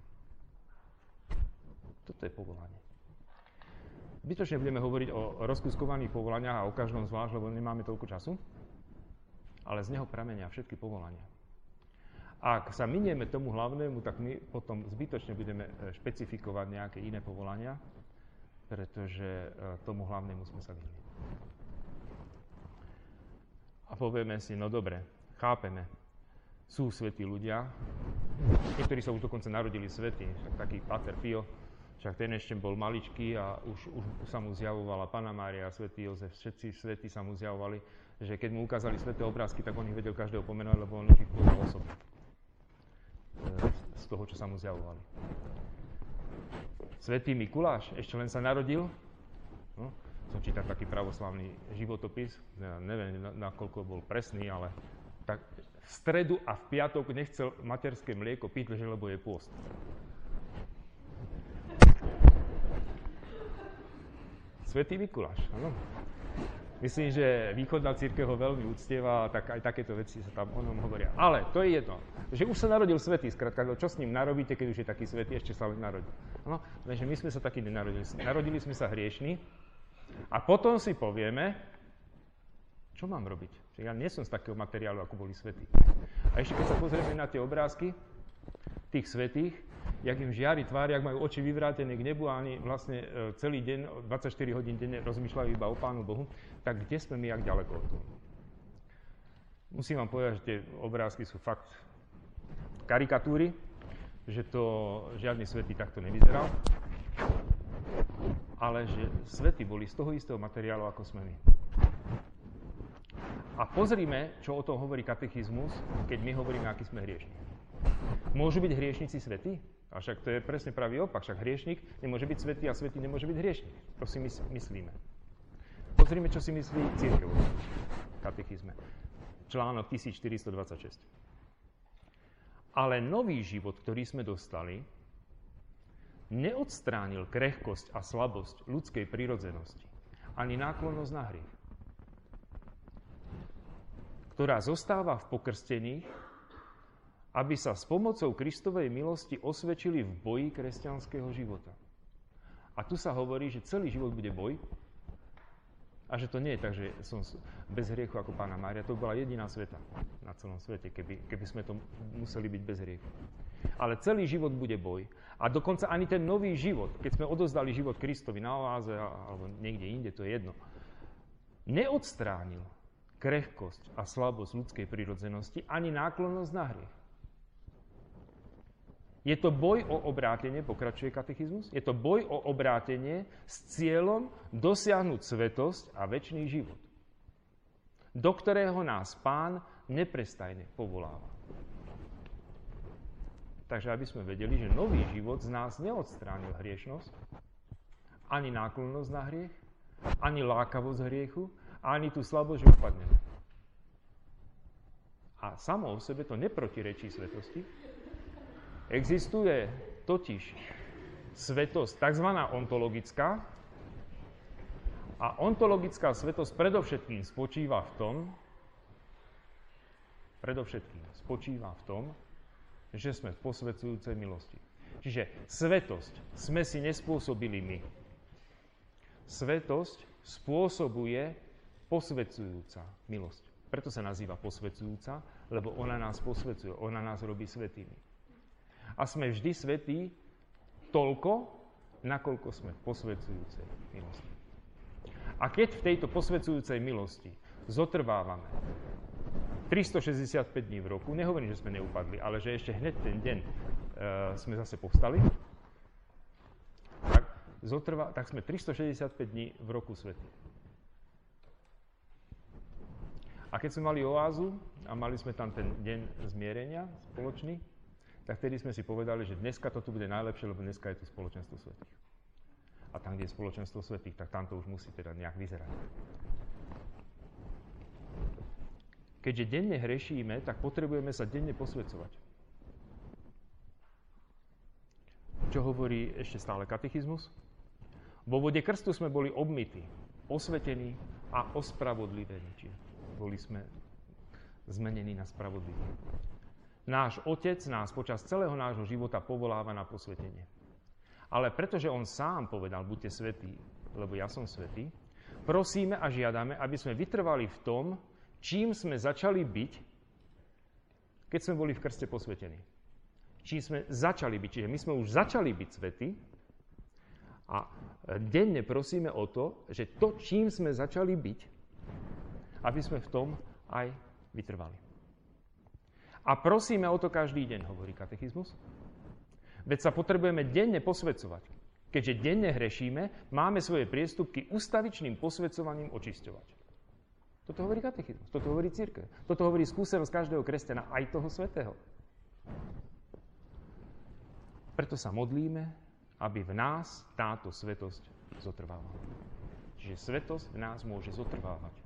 Speaker 1: Toto je povolanie. Zbytočne budeme hovoriť o rozkuskovaných povolaniach a o každom zvlášť, lebo nemáme toľko času, ale z neho pramenia všetky povolania. Ak sa minieme tomu hlavnému, tak my potom zbytočne budeme špecifikovať nejaké iné povolania, pretože tomu hlavnému sme sa vyhli. A povieme si, no dobre, chápeme, sú svätí ľudia, niektorí sa už dokonca narodili svätí, však taký Páter Pio, však ten ešte bol maličký a už, už sa mu zjavovala Panna Mária, svätý Jozef, všetci svätí sa mu zjavovali, že keď mu ukázali sväté obrázky, tak on ich vedel každého pomenovať, lebo on ich poznal osobne. Z toho, čo sa mu zjavovali. Svätý Mikuláš ešte len sa narodil. No, som čítal taký pravoslavný životopis, ja neviem, nakoľko bol presný, ale tak v stredu a v piatok nechcel materské mlieko piť, lebo je pôst. Svätý Mikuláš, áno. Myslím, že východná cirkev ho veľmi uctieva, tak aj takéto veci sa tam o ňom hovoria. Ale to je jedno, že už sa narodil svätý, skrátka, čo s ním narobíte, keď už je taký svätý, ešte sa len narodí. No, takže my sme sa taký nenarodili. Narodili sme sa hriešni a potom si povieme, čo mám robiť. Ja nie som z takého materiálu, ako boli svätí. A ešte keď sa pozrieme na tie obrázky tých svätých, jak im žiari tvári, ak majú oči vyvrátené k nebu a oni vlastne celý deň, dvadsaťštyri hodín denne rozmýšľajú iba o Pánu Bohu, tak kde sme my, jak ďaleko od toho? Musím vám povedať, že tie obrázky sú fakt karikatúry, že to žiadny svätý takto nevyzeral, ale že svätí boli z toho istého materiálu, ako sme my. A pozrime, čo o tom hovorí katechizmus, keď my hovoríme, aký sme hriešni. Môžu byť hriešnici svätí? A však to je presne pravý opak. Však hriešnik nemôže byť svätý a svätý nemôže byť hriešnik. To si mys- myslíme. Pozrime, čo si myslí cirkev o katechizme. Článok tisícštyristodvadsaťšesť. Ale nový život, ktorý sme dostali, neodstránil krehkosť a slabosť ľudskej prirodzenosti, ani náklonnosť na hriech, ktorá zostáva v pokrstených, aby sa s pomocou Kristovej milosti osvedčili v boji kresťanského života. A tu sa hovorí, že celý život bude boj a že to nie je tak, že som bez hriechu ako Panna Mária. To bola jediná sveta na celom svete, keby, keby sme to museli byť bez hriechu. Ale celý život bude boj. A dokonca ani ten nový život, keď sme odozdali život Kristovi na oáze alebo niekde inde, to je jedno, neodstránil krehkosť a slabosť ľudskej prirodzenosti ani náklonnosť na hriech. Je to boj o obrátenie, pokračuje katechizmus, je to boj o obrátenie s cieľom dosiahnuť svetosť a večný život, do ktorého nás Pán neprestajne povoláva. Takže aby sme vedeli, že nový život z nás neodstránil hriešnosť, ani náklonnosť na hriech, ani lákavosť hriechu, ani tú slabosť, že upadneme. A samo o sebe to neprotirečí svetosti. Existuje totiž svetosť tzv. Ontologická a ontologická svetosť predovšetkým spočíva v tom, predovšetkým spočíva v tom, že sme v posvedzujúcej milosti. Čiže svetosť sme si nespôsobili my. Svetosť spôsobuje posvedzujúca milosť. Preto sa nazýva posvedzujúca, lebo ona nás posvedzuje, ona nás robí svätými. A sme vždy svätí toľko, nakoľko sme v posvedzujúcej milosti. A keď v tejto posvedzujúcej milosti zotrvávame tristošesťdesiatpäť dní v roku, nehovorím, že sme neupadli, ale že ešte hneď ten deň e, sme zase povstali, tak, zotrvá, tak sme tristošesťdesiatpäť dní v roku svätí. A keď sme mali oázu a mali sme tam ten deň zmierenia spoločný, tak vtedy sme si povedali, že dneska to tu bude najlepšie, lebo dneska je tu spoločenstvo svätých. A tam, kde je spoločenstvo svätých, tak tam to už musí teda nejak vyzerať. Keďže denne hrešíme, tak potrebujeme sa denne posväcovať. Čo hovorí ešte stále katechizmus? Vo vode krstu sme boli obmytí, osvetení a ospravodlivení. Čiže boli sme zmenení na spravodlivých. Náš Otec nás počas celého nášho života povoláva na posvetenie. Ale pretože On sám povedal, buďte svätí, lebo ja som svätý, prosíme a žiadame, aby sme vytrvali v tom, čím sme začali byť, keď sme boli v krste posvetení. Čím sme začali byť. Čiže my sme už začali byť svätí a denne prosíme o to, že to, čím sme začali byť, aby sme v tom aj vytrvali. A prosíme o to každý deň, hovorí katechizmus. Veď sa potrebujeme denne posväcovať. Keďže denne hrešíme, máme svoje priestupky ustavičným posväcovaním očisťovať. Toto hovorí katechizmus, toto hovorí cirkev. Toto hovorí skúsenosť každého kresťana, aj toho svätého. Preto sa modlíme, aby v nás táto svätosť zotrvávala. Čiže svätosť v nás môže zotrvávať.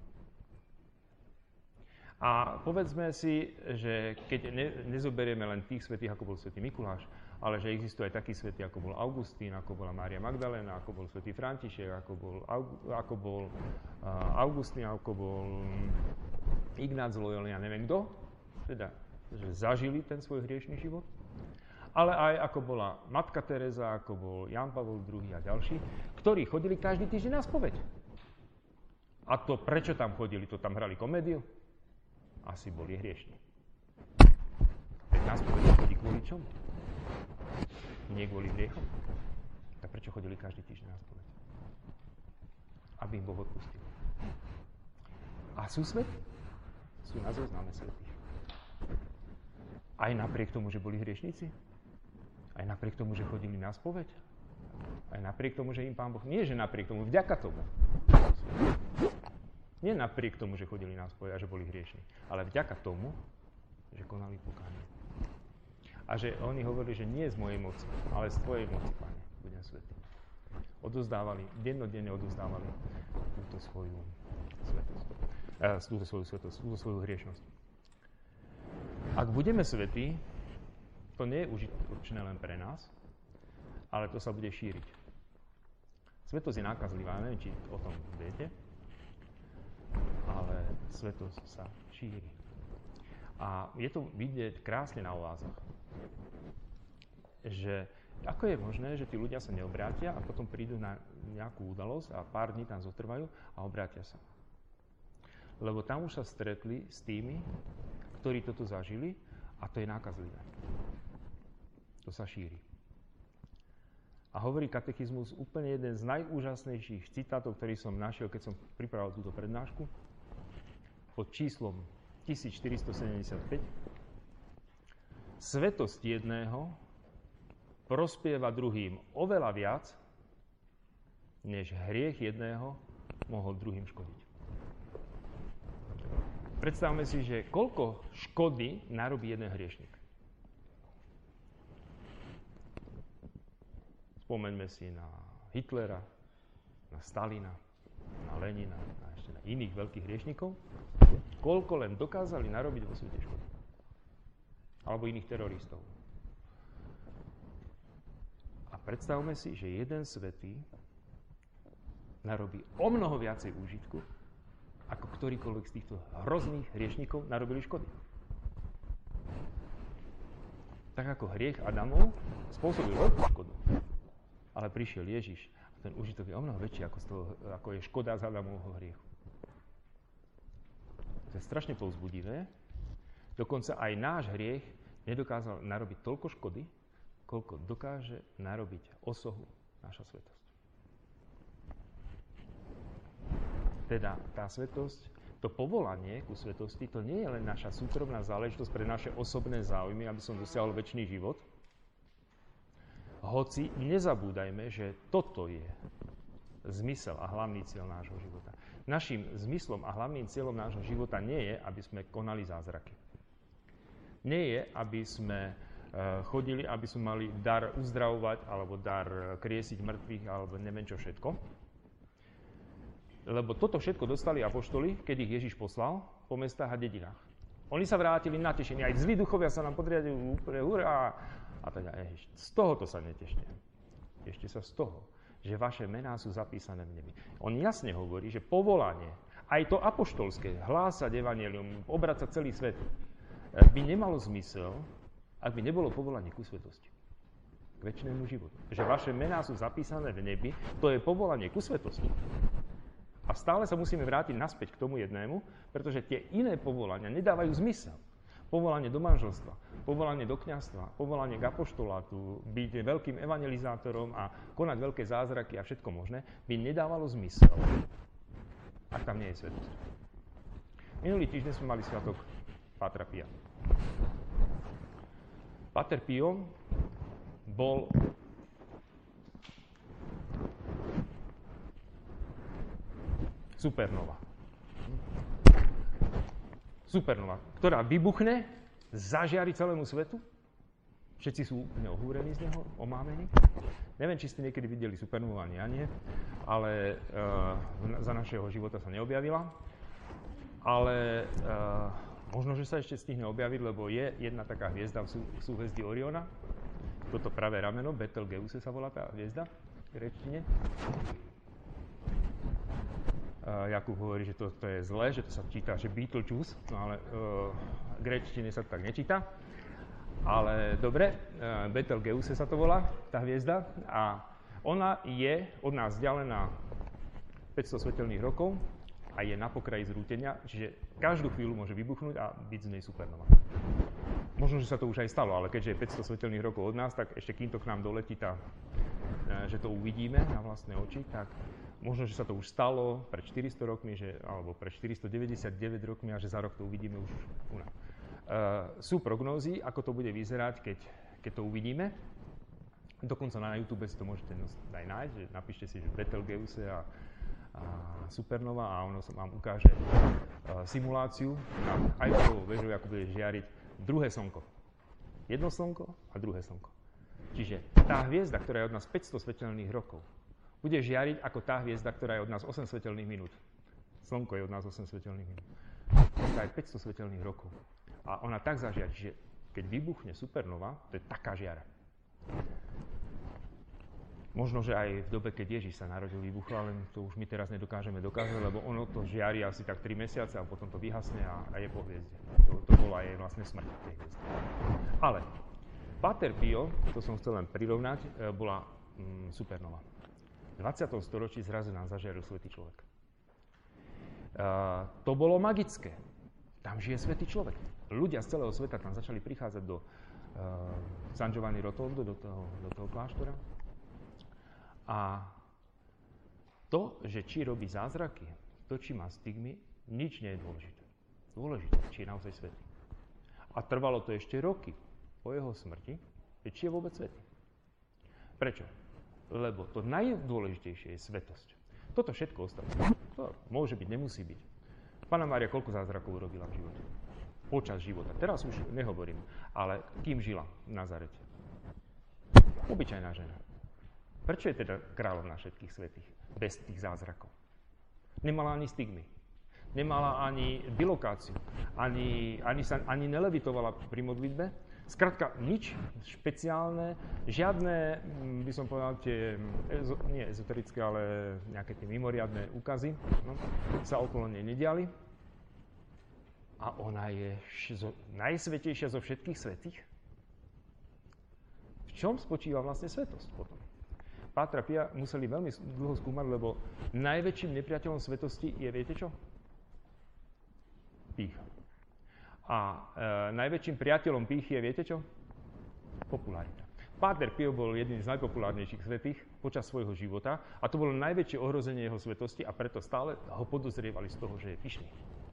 Speaker 1: A povedzme si, že keď ne, nezoberieme len tých svätých, ako bol svätý Mikuláš, ale že existuje aj takí svätí, ako bol Augustín, ako bola Mária Magdaléna, ako bol svätý František, ako bol, ako bol uh, Augustín, ako bol Ignác z Loyoli, ja neviem kto, teda, že zažili ten svoj hriešný život, ale aj ako bola Matka Teresa, ako bol Ján Pavol druhý a ďalší, ktorí chodili každý týždeň na spoveď. A to prečo tam chodili? To tam hrali komédiu? Asi boli hriešni. Veď nás povedali, chodí kvôli čomu? Nie kvôli hriechom. Tak prečo chodili každý týždeň na spoveď? Aby im Boh odpustil. A sú svätí? Sú na zozname svätých. Aj napriek tomu, že boli hriešnici? Aj napriek tomu, že chodili na spoveď? Aj napriek tomu, že im Pán Boh... Nie, že napriek tomu, vďaka tomu. Nie napriek tomu, že chodili na spoj a že boli hriešni, ale vďaka tomu, že konali pokánie. A že oni hovorili, že nie z mojej moci, ale z tvojej moci, Pane, budem svätý. Odozdávali, dennodenne odozdávali túto svoju svätosť. Eh, túto svoju svätosť, túto svoju hriešnosť. Ak budeme svätí, to nie je užitočné len pre nás, ale to sa bude šíriť. Svätosť je nákazlivá, neviem, či o tom viete, ale svätosť sa šíri. A je to vidieť krásne na oázach, že ako je možné, že tí ľudia sa neobrátia a potom prídu na nejakú udalosť a pár dní tam zotrvajú a obrátia sa. Lebo tam už sa stretli s tými, ktorí toto zažili a to je nákazlivé. To sa šíri. A hovorí katechizmus úplne jeden z najúžasnejších citátov, ktorý som našiel, keď som pripravil túto prednášku, pod číslom tisícštyristosedemdesiatpäť. Svetosť jedného prospieva druhým oveľa viac, než hriech jedného mohol druhým škodiť. Predstavme si, že koľko škody narobí jeden hriešnik. Spomeňme si na Hitlera, na Stalina, na Lenina a ešte na iných veľkých hriešnikov, koľko len dokázali narobiť vo svete škody. Alebo iných teroristov. A predstavme si, že jeden svätý narobí o mnoho viacej úžitku, ako ktorýkoľvek z týchto hrozných hriešnikov narobili škody. Tak ako hriech Adamov spôsobil veľkú škodu. Ale prišiel Ježiš a ten užitok je o mnoho väčší, ako, z toho, ako je škoda z Adamovho hriechu. To je strašne povzbudivé. Dokonca aj náš hriech nedokázal narobiť toľko škody, koľko dokáže narobiť osohu naša svätosť. Teda tá svätosť, to povolanie ku svätosti, to nie je len naša súkromná záležitosť pre naše osobné záujmy, aby som dosiahol večný život. Hoci nezabúdajme, že toto je zmysel a hlavný cieľ nášho života. Naším zmyslom a hlavným cieľom nášho života nie je, aby sme konali zázraky. Nie je, aby sme chodili, aby sme mali dar uzdravovať, alebo dar kriesiť mŕtvych, alebo neviem čo všetko. Lebo toto všetko dostali apoštoli, keď ich Ježiš poslal po mestách a dedinách. Oni sa vrátili natešení, aj zlí duchovia sa nám podriadili úplne hurá. A teda, ježiš, z tohoto sa netešte. Tešte sa z toho, že vaše mená sú zapísané v nebi. On jasne hovorí, že povolanie, aj to apoštolské, hlásať evanjelium, obracať celý svet, by nemalo zmysel, ak by nebolo povolanie ku svetosti. K večnému životu. Že vaše mená sú zapísané v nebi, to je povolanie ku svetosti. A stále sa musíme vrátiť naspäť k tomu jednému, pretože tie iné povolania nedávajú zmysel. Povolanie do manželstva, povolanie do kňazstva, povolanie k apoštolátu, byť veľkým evangelizátorom a konať veľké zázraky a všetko možné, by nedávalo zmysel, ak tam nie je svätosť. Minulý týždeň sme mali sviatok Pátra Pia. Páter Pio bol supernova. Supernova, ktorá vybuchne, zažiari celému svetu. Všetci sú úplne ohúrení z neho, omávení. Neviem, či ste niekedy videli supernovu, ani ja nie, ale uh, za našeho života sa neobjavila. Ale uh, možno, že sa ešte stihne objaviť, lebo je jedna taká hviezda v, sú, v súhvezdí Oriona. Toto pravé rameno, Betelgeuse sa volá tá hviezda v gréčtine. Uh, Jakub hovorí, že to, to je zlé, že to sa číta, že Beetlejuice, no ale uh, v gréčtine sa to tak nečíta. Ale dobre, uh, Betelgeuse sa to volá, tá hviezda. A ona je od nás vzdialená päťsto svetelných rokov a je na pokraji zrútenia, čiže každú chvíľu môže vybuchnúť a byť z nej supernova. Možno, že sa to už aj stalo, ale keďže je päťsto svetelných rokov od nás, tak ešte kým to k nám doletí, tá, uh, že to uvidíme na vlastné oči, tak možno, že sa to už stalo pred štyristo rokmi, že, alebo pred štyristodeväťdesiatdeväť rokmi a že za rok to uvidíme už u nás. Uh, sú prognózy, ako to bude vyzerať, keď, keď to uvidíme. Dokonca na YouTube si to môžete aj nájsť, že napíšte si, že Betelgeuse a, supernova a ono sa vám ukáže simuláciu aj Eiffelovou väžou, ako bude žiariť druhé slnko. Jedno slnko a druhé slnko. Čiže tá hviezda, ktorá je od nás päťsto svetelných rokov, bude žiariť ako tá hviezda, ktorá je od nás osem svetelných minút. Slnko je od nás osem svetelných minút. Tá je päťsto svetelných rokov. A ona tak zažiari, že keď vybuchne supernova, to je taká žiara. Možno, že aj v dobe, keď Ježiš sa narodil, vybuchla, len to už my teraz nedokážeme dokázať, lebo ono to žiari asi tak tri mesiace a potom to vyhasne a, a je po hviezde. To, to bola jej vlastne smrť tej hviezdy. Ale Páter Pio, to som chcel len prirovnať, bola mm, supernova. V dvadsiatom storočí zrazu nám zažiaril svätý človek. Uh, to bolo magické. Tam žije svätý človek. Ľudia z celého sveta tam začali prichádzať do uh, San Giovanni Rotondo, do toho, do toho kláštora. A to, že či robí zázraky, to, či má stigmy, nič nie je dôležité. Dôležité, či je naozaj svätý. A trvalo to ešte roky po jeho smrti, či je vôbec svätý. Prečo? Lebo to najdôležitejšie je svätosť. Toto všetko ostatné. To môže byť, nemusí byť. Panna Mária koľko zázrakov urobila v živote? Počas života. Teraz už nehovorím, ale kým žila v Nazarete? Obyčajná žena. Prečo je teda kráľovná všetkých svätých? Bez tých zázrakov. Nemala ani stigmy. Nemala ani bilokáciu. Ani, ani, sa, ani nelevitovala pri modlitbe. Skrátka, nič špeciálne, žiadne, by som povedal, tie, ezo, nie ezoterické, ale nejaké tie mimoriadne úkazy, no, sa okolo nej nediali. A ona je zo, najsvätejšia zo všetkých svätých. V čom spočíva vlastne svätosť potom? Pátra Pia museli veľmi dlho skúmať, lebo najväčším nepriateľom svetosti je, viete čo? Pýcha. A e, najväčším priateľom pýchy je, viete čo? Popularita. Páter Pio bol jedným z najpopulárnejších svätých počas svojho života a to bolo najväčšie ohrozenie jeho svetosti a preto stále ho podozrievali z toho, že je pyšný.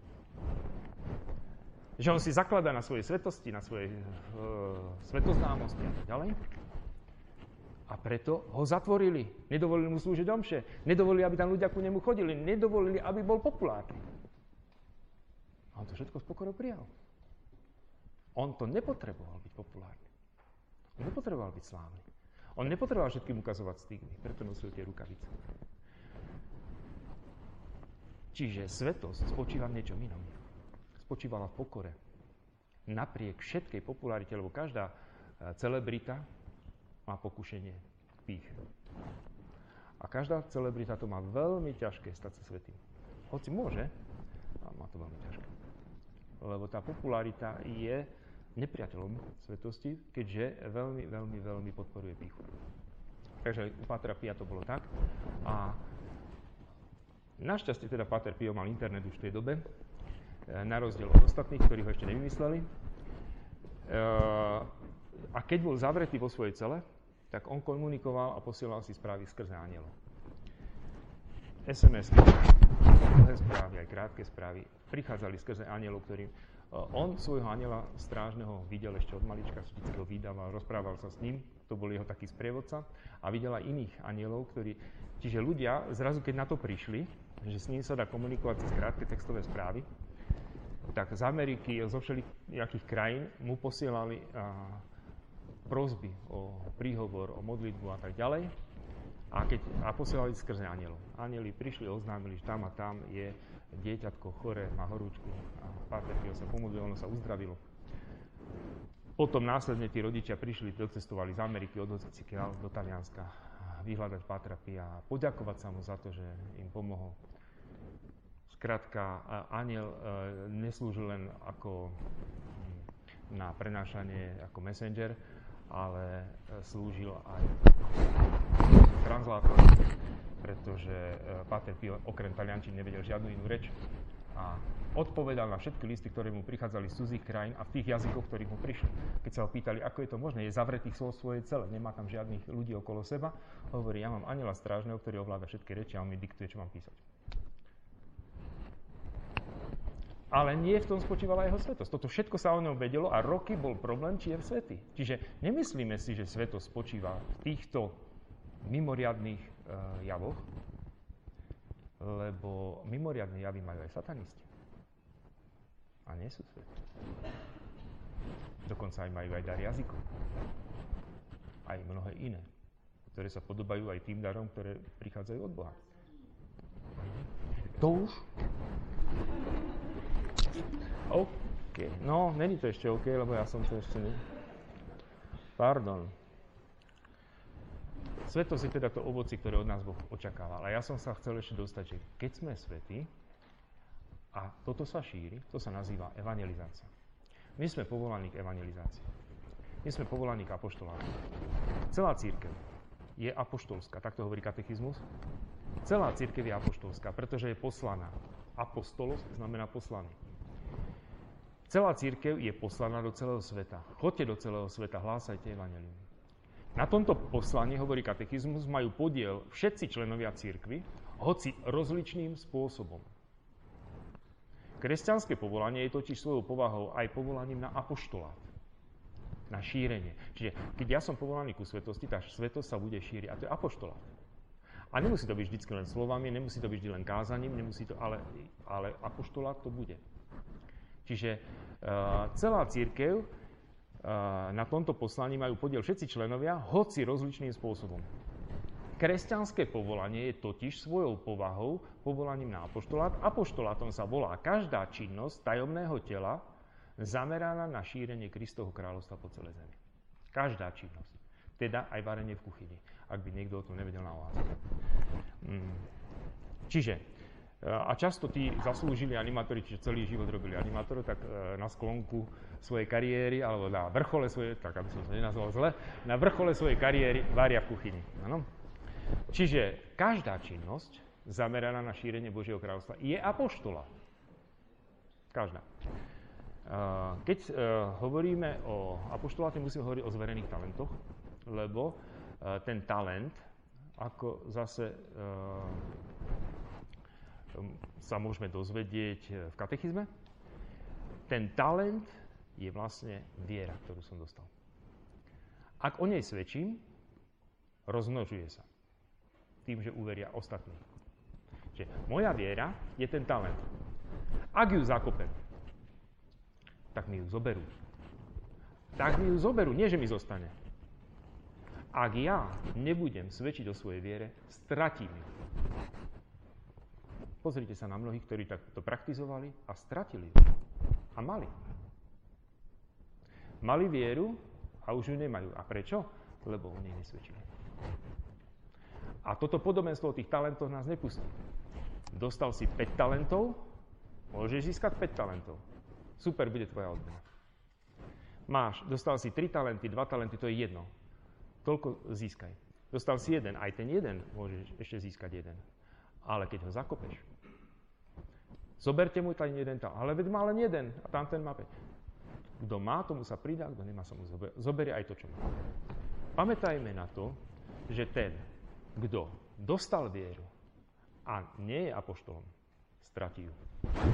Speaker 1: Že on si zakladá na svojej svetosti, na svojej e, svetoznámosti a tak ďalej. A preto ho zatvorili. Nedovolili mu slúžiť omše. Nedovolili, aby tam ľudia ku nemu chodili. Nedovolili, aby bol populárny. A on to všetko s pokorou prijal. On to nepotreboval byť populárny. On nepotreboval byť slávny. On nepotreboval všetkým ukazovať stigmy, preto nosil tie rukavice. Čiže svetosť spočíva v niečom inom. Spočívala v pokore. Napriek všetkej popularite, lebo každá celebrita má pokušenie k pýche. A každá celebrita to má veľmi ťažké stať sa svätým. Hoci môže, ale má to veľmi ťažké. Lebo tá popularita je nepriateľom svetosti, keďže veľmi, veľmi, veľmi podporuje pýchu. Takže u Pátra Pia to bolo tak. A našťastie teda Páter Pio mal internet už v tej dobe, na rozdiel od ostatných, ktorí ho ešte nevymysleli. A keď bol zavretý vo svojej cele, tak on komunikoval a posielal si správy skrze anjelov. es em esky, dlhé správy, aj krátke správy prichádzali skrze anjelov, ktorým on svojho anjela strážneho videl ešte od malička, vždycky ho vydával, rozprával sa s ním, to bol jeho taký sprievodca a videl aj iných anjelov, ktorí, čiže ľudia zrazu keď na to prišli, že s ním sa dá komunikovať cez krátke textové správy, tak z Ameriky, zo všelijakých krajín mu posielali a, prosby o príhovor, o modlitbu a tak ďalej. A, keď, a posielali skrze anjelov. Anjeli prišli, oznámili, že tam a tam je dieťatko choré, má horúčku a Páter Pio sa pomodlil, ono sa uzdravilo. Potom následne tí rodičia prišli, docestovali z Ameriky, od hocikiaľ do Talianska vyhľadať Pátra Pia a poďakovať sa mu za to, že im pomohol. Skrátka, anjel e, neslúžil len ako na prenášanie ako messenger, ale slúžil aj translátor, pretože Páter Pio okrem taliančiny nevedel žiadnu inú reč a odpovedal na všetky listy, ktoré mu prichádzali z cudzích krajín a v tých jazykoch, ktorých mu prišli. Keď sa ho pýtali, ako je to možné, je zavretý vo svojej cele, nemá tam žiadnych ľudí okolo seba, hovorí, ja mám anjela strážneho, ktorý ovláda všetky reči a on mi diktuje, čo mám písať. Ale nie v tom spočívala jeho svetosť. Toto všetko sa o ňom vedelo a roky bol problém, či je svätý. Čiže nemyslíme si, že svetosť spočíva v týchto mimoriadnych e, javoch, lebo mimoriadne javy majú aj satanisti. A nie sú svätí. Dokonca aj majú aj dar jazykov. Aj mnohé iné, ktoré sa podobajú aj tým darom, ktoré prichádzajú od Boha. To už? OK. No, není to ešte OK, lebo ja som to ešte ne... Pardon. Svetosť je teda to ovocie, ktoré od nás Boh očakával. A ja som sa chcel ešte dostať, že keď sme svätí a toto sa šíri, to sa nazýva evangelizácia. My sme povolaní k evangelizácii. My sme povolaní k apoštolátu. Celá cirkev je apoštolská, takto hovorí katechizmus. Celá cirkev je apoštolská, pretože je poslaná. Apostolos znamená poslaný. Celá cirkev je poslaná do celého sveta. Choďte do celého sveta, hlásajte evanjelium. Na tomto poslaní, hovorí katechizmus, majú podiel všetci členovia cirkvi, hoci rozličným spôsobom. Kresťanské povolanie je totiž svojou povahou aj povolaním na apoštolát, na šírenie. Čiže keď ja som povolaný ku svetosti, tá svetosť sa bude šíriť. A to je apoštolát. A nemusí to byť vždy len slovami, nemusí to byť vždy len kázaním, nemusí to, ale, ale apoštolát to bude. Čiže uh, celá cirkev uh, na tomto poslaní majú podiel všetci členovia, hoci rozličným spôsobom. Kresťanské povolanie je totiž svojou povahou povolaním na apoštolát. Apoštolátom sa volá každá činnosť tajomného tela zameraná na šírenie Kristovho kráľovstva po celej zemi. Každá činnosť. Teda aj varenie v kuchyni, ak by niekto o tom nevedel na oáze. Mm. Čiže, a často tí zaslúžili animátori, čiže celý život robili animátorov, tak na sklonku svojej kariéry, alebo na vrchole svojej, tak aby som sa nenazval zle, na vrchole svojej kariéry varia v kuchyni. Áno? Čiže každá činnosť zameraná na šírenie Božieho kráľovstva je apoštolát. Každá. Keď hovoríme o apoštoláte, musíme hovoriť o zverených talentoch, lebo ten talent, ako zase sa môžeme dozvedieť v katechizme, ten talent je vlastne viera, ktorú som dostal. Ak o nej svedčím, rozmnožuje sa tým, že uveria ostatní. Čiže moja viera je ten talent. Ak ju zakopem, tak mi ju zoberú. Tak mi ju zoberú, nie že mi zostane. Ak ja nebudem svedčiť o svojej viere, stratím ju. Pozrite sa na mnohých, ktorí takto praktizovali a stratili ju. A mali. Mali vieru a už ju nemajú. A prečo? Lebo o nej nesvedčili. A toto podobenstvo o tých talentoch nás nepustí. Dostal si päť talentov, môžeš získať päť talentov. Super, bude tvoja odmena. Máš, dostal si tri talenty, dva talenty, to je jedno. Toľko získaj. Dostal si jeden, aj ten jeden môžeš ešte získať jeden. Ale keď ho zakopeš, zoberte mu ten jeden talent, ale veď má len jeden a tam ten má päť. Kto má, tomu sa pridá, kto nemá, sa mu zoberie. Zoberie aj to, čo má. Pamätajme na to, že ten, kto dostal vieru a nie je apoštolom, stratí ju.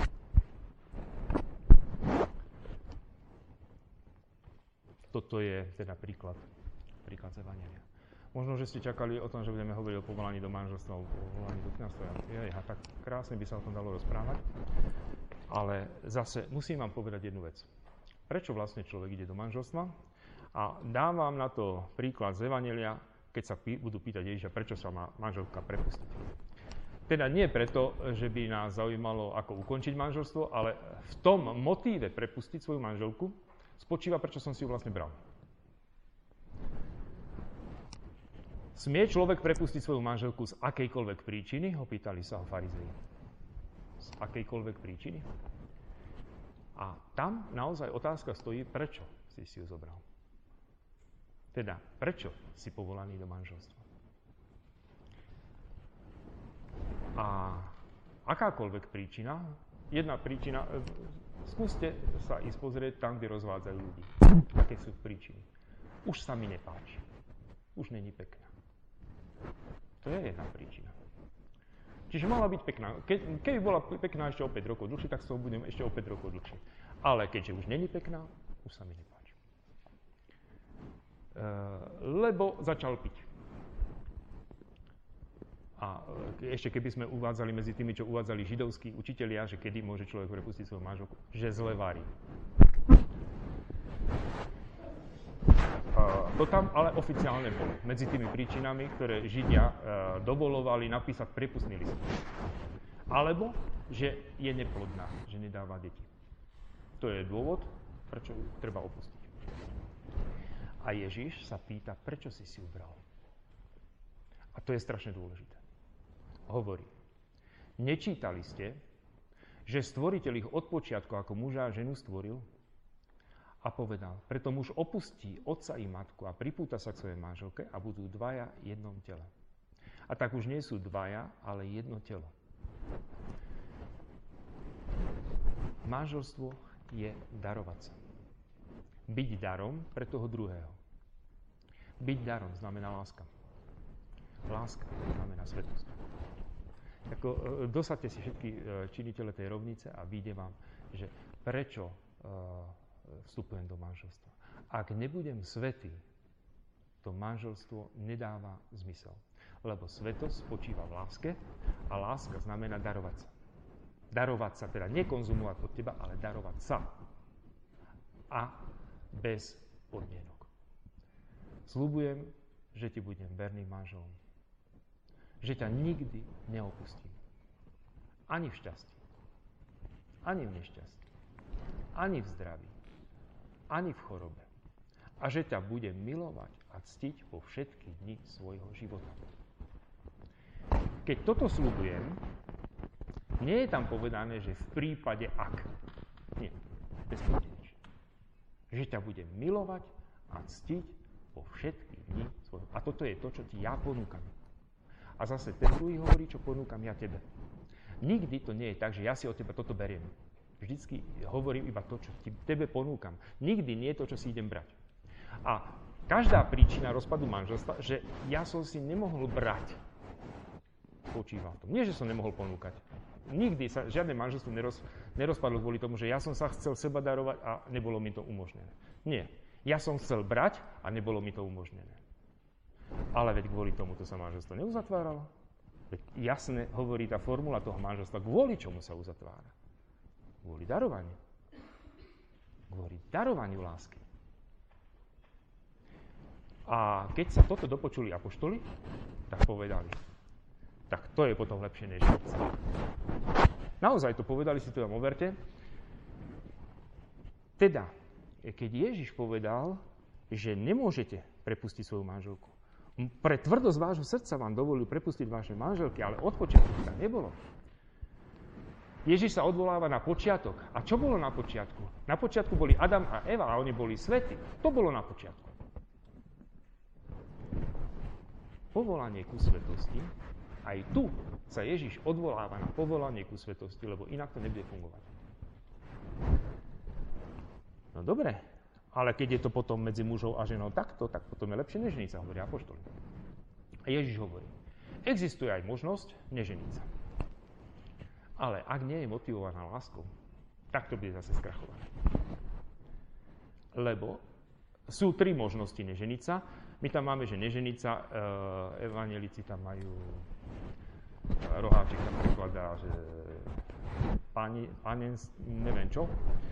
Speaker 1: Toto je teda príklad, príklad z Evanjelia. Možno, že ste čakali o tom, že budeme hovoriť o povolaní do manželstva, o povolaní do kňazstva. Ja, tak krásne by sa o tom dalo rozprávať. Ale zase musím vám povedať jednu vec. Prečo vlastne človek ide do manželstva? A dám vám na to príklad z Evanjelia, keď sa pý, budú pýtať Ježiša, prečo sa má manželka prepustiť. Teda nie preto, že by nás zaujímalo, ako ukončiť manželstvo, ale v tom motíve prepustiť svoju manželku spočíva, prečo som si ju vlastne bral. Smie človek prepustiť svoju manželku z akejkoľvek príčiny? Ho pýtali sa ho farizei. Z akejkoľvek príčiny? A tam naozaj otázka stojí, prečo si si ju zobral. Teda, prečo si povolaný do manželstva? A akákoľvek príčina, jedna príčina, skúste sa ísť pozrieť tam, kde rozvádzajú ľudí. Aké sú príčiny? Už sa mi nepáči. Už není pekná. To je jedna príčina. Čiže mala byť pekná. Ke, keby bola pekná ešte o päť rokov dlhšie, tak s toho budem ešte o päť rokov dlhšie. Ale keďže už není pekná, už sa mi nepáči. Uh, lebo začal piť. A ešte keby sme uvádzali medzi tými, čo uvádzali židovskí učitelia, že kedy môže človek prepustiť svoju manželku, že zle varí. To tam ale oficiálne bolo. Medzi tými príčinami, ktoré Židia dovolovali napísať prepustný list. Alebo, že je neplodná, že nedáva deti. To je dôvod, prečo ju treba opustiť. A Ježiš sa pýta, prečo si si ubral. A to je strašne dôležité. Hovorí, nečítali ste, že stvoriteľ ich od počiatku ako muža a ženu stvoril a povedal, preto muž opustí otca i matku a pripúta sa k svojej manželke a budú dvaja v jednom tele. A tak už nie sú dvaja, ale jedno telo. Manželstvo je darovať sa. Byť darom pre toho druhého. Byť darom znamená láska. Láska znamená svetosť. Ako, dosadte si všetky činitele tej rovnice a vyjde vám, že prečo uh, vstupujem do manželstva. Ak nebudem svätý, to manželstvo nedáva zmysel. Lebo svetosť spočíva v láske a láska znamená darovať sa. Darovať sa, teda nekonzumovať pod teba, ale darovať sa. A bez podmienok. Sľubujem, že ti budem verným manželom. Že ťa nikdy neopustím. Ani v šťastí, ani v nešťastí, ani v zdraví, ani v chorobe. A že ťa budem milovať a ctiť po všetky dni svojho života. Keď toto sľubujem, nie je tam povedané, že v prípade ak. Nie, bezpodmienečne. Že ťa budem milovať a ctiť po všetky dni svojho. A toto je to, čo ti ja ponúkam. A zase ten druhý hovorí, čo ponúkam ja tebe. Nikdy to nie je tak, že ja si od teba toto beriem. Vždycky hovorím iba to, čo tebe ponúkam. Nikdy nie je to, čo si idem brať. A každá príčina rozpadu manželstva, že ja som si nemohol brať, spočíva v tom. Nie, že som nemohol ponúkať. Nikdy sa žiadne manželstvo neroz, nerozpadlo kvôli tomu, že ja som sa chcel seba darovať a nebolo mi to umožnené. Nie. Ja som chcel brať a nebolo mi to umožnené. Ale veď kvôli tomu to sa manželstvo neuzatváralo. Veď jasne hovorí tá formula toho manželstva, kvôli čomu sa uzatvára. Kvôli darovaniu. Kvôli darovaniu lásky. A keď sa toto dopočuli apoštoli, tak povedali, tak to je potom lepšie než nic. Naozaj to povedali, si to tam overte. Teda, keď Ježiš povedal, že nemôžete prepustiť svoju manželku, pre tvrdosť vášho srdca vám dovolil prepustiť vaše manželky, ale od počiatku tak nebolo. Ježiš sa odvoláva na počiatok. A čo bolo na počiatku? Na počiatku boli Adam a Eva a oni boli svätí. To bolo na počiatku. Povolanie ku svetosti, aj tu sa Ježiš odvoláva na povolanie ku svetosti, lebo inak to nebude fungovať. No dobre. Ale keď je to potom medzi mužou a ženou takto, tak potom je lepšie neženiť sa, hovorí apoštoli. A Ježiš hovorí, existuje aj možnosť neženiť sa. Ale ak nie je motivovaná láskou, tak to bude zase skrachované. Lebo sú tri možnosti neženiť sa. My tam máme, že neženiť sa, e, evanjelici tam majú, e, Roháček tam prekladá, že pani, panens, neviem čo.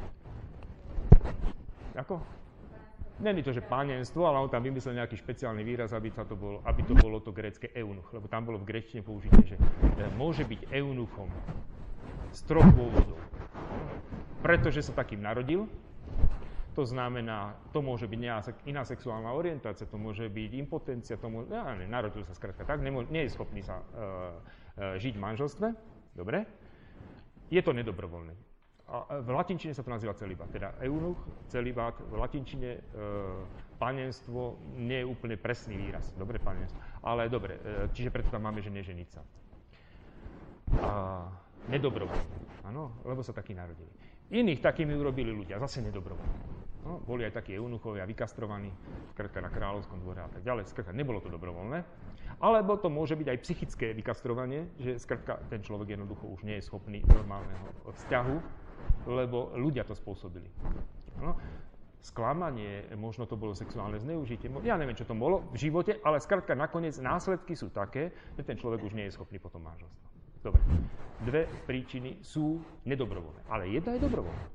Speaker 1: Ako? Není to, že panenstvo, ale on tam vymyslel nejaký špeciálny výraz, aby, sa to bolo, aby to bolo to grécke eunuch. Lebo tam bolo v gréčtine použitie, že môže byť eunuchom z troch dôvodov. Pretože sa takým narodil, to znamená, to môže byť iná sexuálna orientácia, to môže byť impotencia, to môže, ja, ne, narodil sa skrátka tak, nemô, nie je schopný sa uh, uh, žiť v manželstve, dobre? Je to nedobrovoľné. A v latinčine sa to nazýva celibát, teda eunuch, celibát, v latinčine e, panenstvo nie je úplne presný výraz, dobre panenstvo, ale dobre, e, čiže preto tam máme, že neženiť sa. A nedobrovoľne, áno, lebo sa takí narodili. Iných takými urobili ľudia, zase nedobrovoľne. No, boli aj takí eunuchovia vykastrovaní, skrátka na kráľovskom dvore a tak ďalej, skrátka nebolo to dobrovoľné. Alebo to môže byť aj psychické vykastrovanie, že skrátka ten človek jednoducho už nie je schopný normálneho vzťahu, lebo ľudia to spôsobili. No. sklamanie, možno to bolo sexuálne zneužitie, ja neviem, čo to bolo v živote, ale skrátka nakoniec následky sú také, že ten človek už nie je schopný potom manželstva. Dobre, dve príčiny sú nedobrovoľné, ale jedna je dobrovoľná.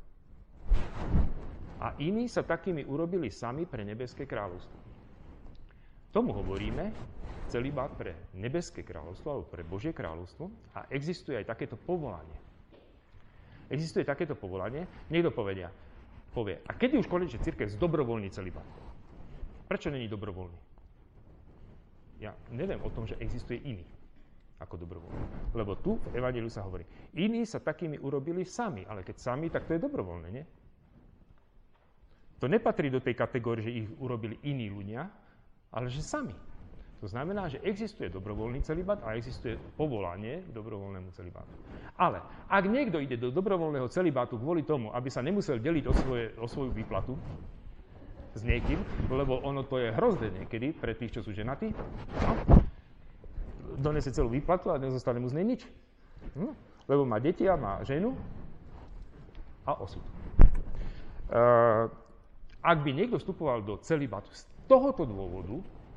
Speaker 1: A iní sa takými urobili sami pre nebeské kráľovstvo. Tomu hovoríme celibát pre nebeské kráľovstvo alebo pre Božie kráľovstvo a existuje aj takéto povolanie. Existuje takéto povolanie, niekto povedia, povie, a kedy už konečne cirkev zdobrovoľní celibát? Prečo není dobrovoľný? Ja neviem o tom, že existuje iný ako dobrovoľný. Lebo tu v Evanjeliu sa hovorí, iní sa takými urobili sami, ale keď sami, tak to je dobrovoľné, nie? To nepatrí do tej kategórie, že ich urobili iní ľudia, ale že sami. To znamená, že existuje dobrovoľný celibát a existuje povolanie k dobrovoľnému celibátu. Ale ak niekto ide do dobrovoľného celibátu kvôli tomu, aby sa nemusel deliť o, svoje, o svoju výplatu s niekým, lebo ono to je hrozné niekedy pre tých, čo sú ženatí, no, donesie celú výplatu a nezostane mu z nej nič. No, lebo má deti a má ženu a osud. Uh, ak by niekto vstupoval do celibátu z tohoto dôvodu,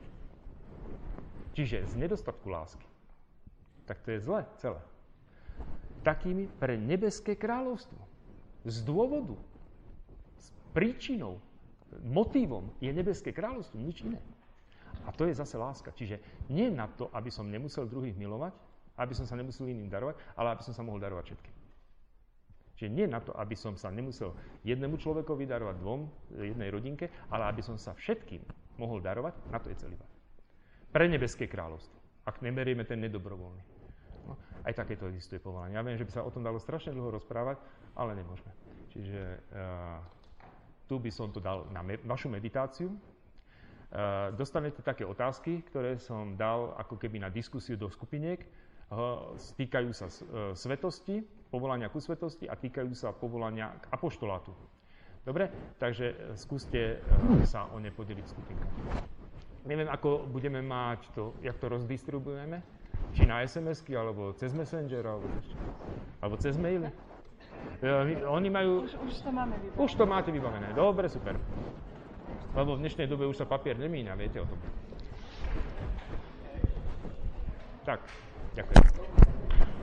Speaker 1: čiže z nedostatku lásky, tak to je zle celé. Takými pre nebeské kráľovstvo. Z dôvodu, s príčinou, motívom je nebeské kráľovstvo, nič iné. A to je zase láska. Čiže nie na to, aby som nemusel druhých milovať, aby som sa nemusel iným darovať, ale aby som sa mohol darovať všetkým. Čiže nie na to, aby som sa nemusel jednému človekovi darovať, dvom, jednej rodinke, ale aby som sa všetkým mohol darovať, na to je celibát. Pre nebeské kráľovstvo, ak nemerieme ten nedobrovoľný. No, aj takéto existuje povolanie. Ja viem, že by sa o tom dalo strašne dlho rozprávať, ale nemôžeme. Čiže uh, tu by som to dal na me- vašu meditáciu. Uh, dostanete také otázky, ktoré som dal ako keby na diskusiu do skupiniek. Uh, týkajú sa uh, svetosti, povolania ku svetosti a týkajú sa povolania k apoštolátu. Dobre? Takže uh, skúste uh, sa o ne podeliť skupinkami. Neviem, ako budeme mať to, jak to rozdistribujeme. Či na es em esky, alebo cez Messenger, alebo, alebo cez maily. E, oni majú...
Speaker 2: Už, už to máme vybavené.
Speaker 1: Už to máte vybavené. Dobre, super. Lebo v dnešnej dobe už sa papier nemíňa, viete o tom. Tak, ďakujem.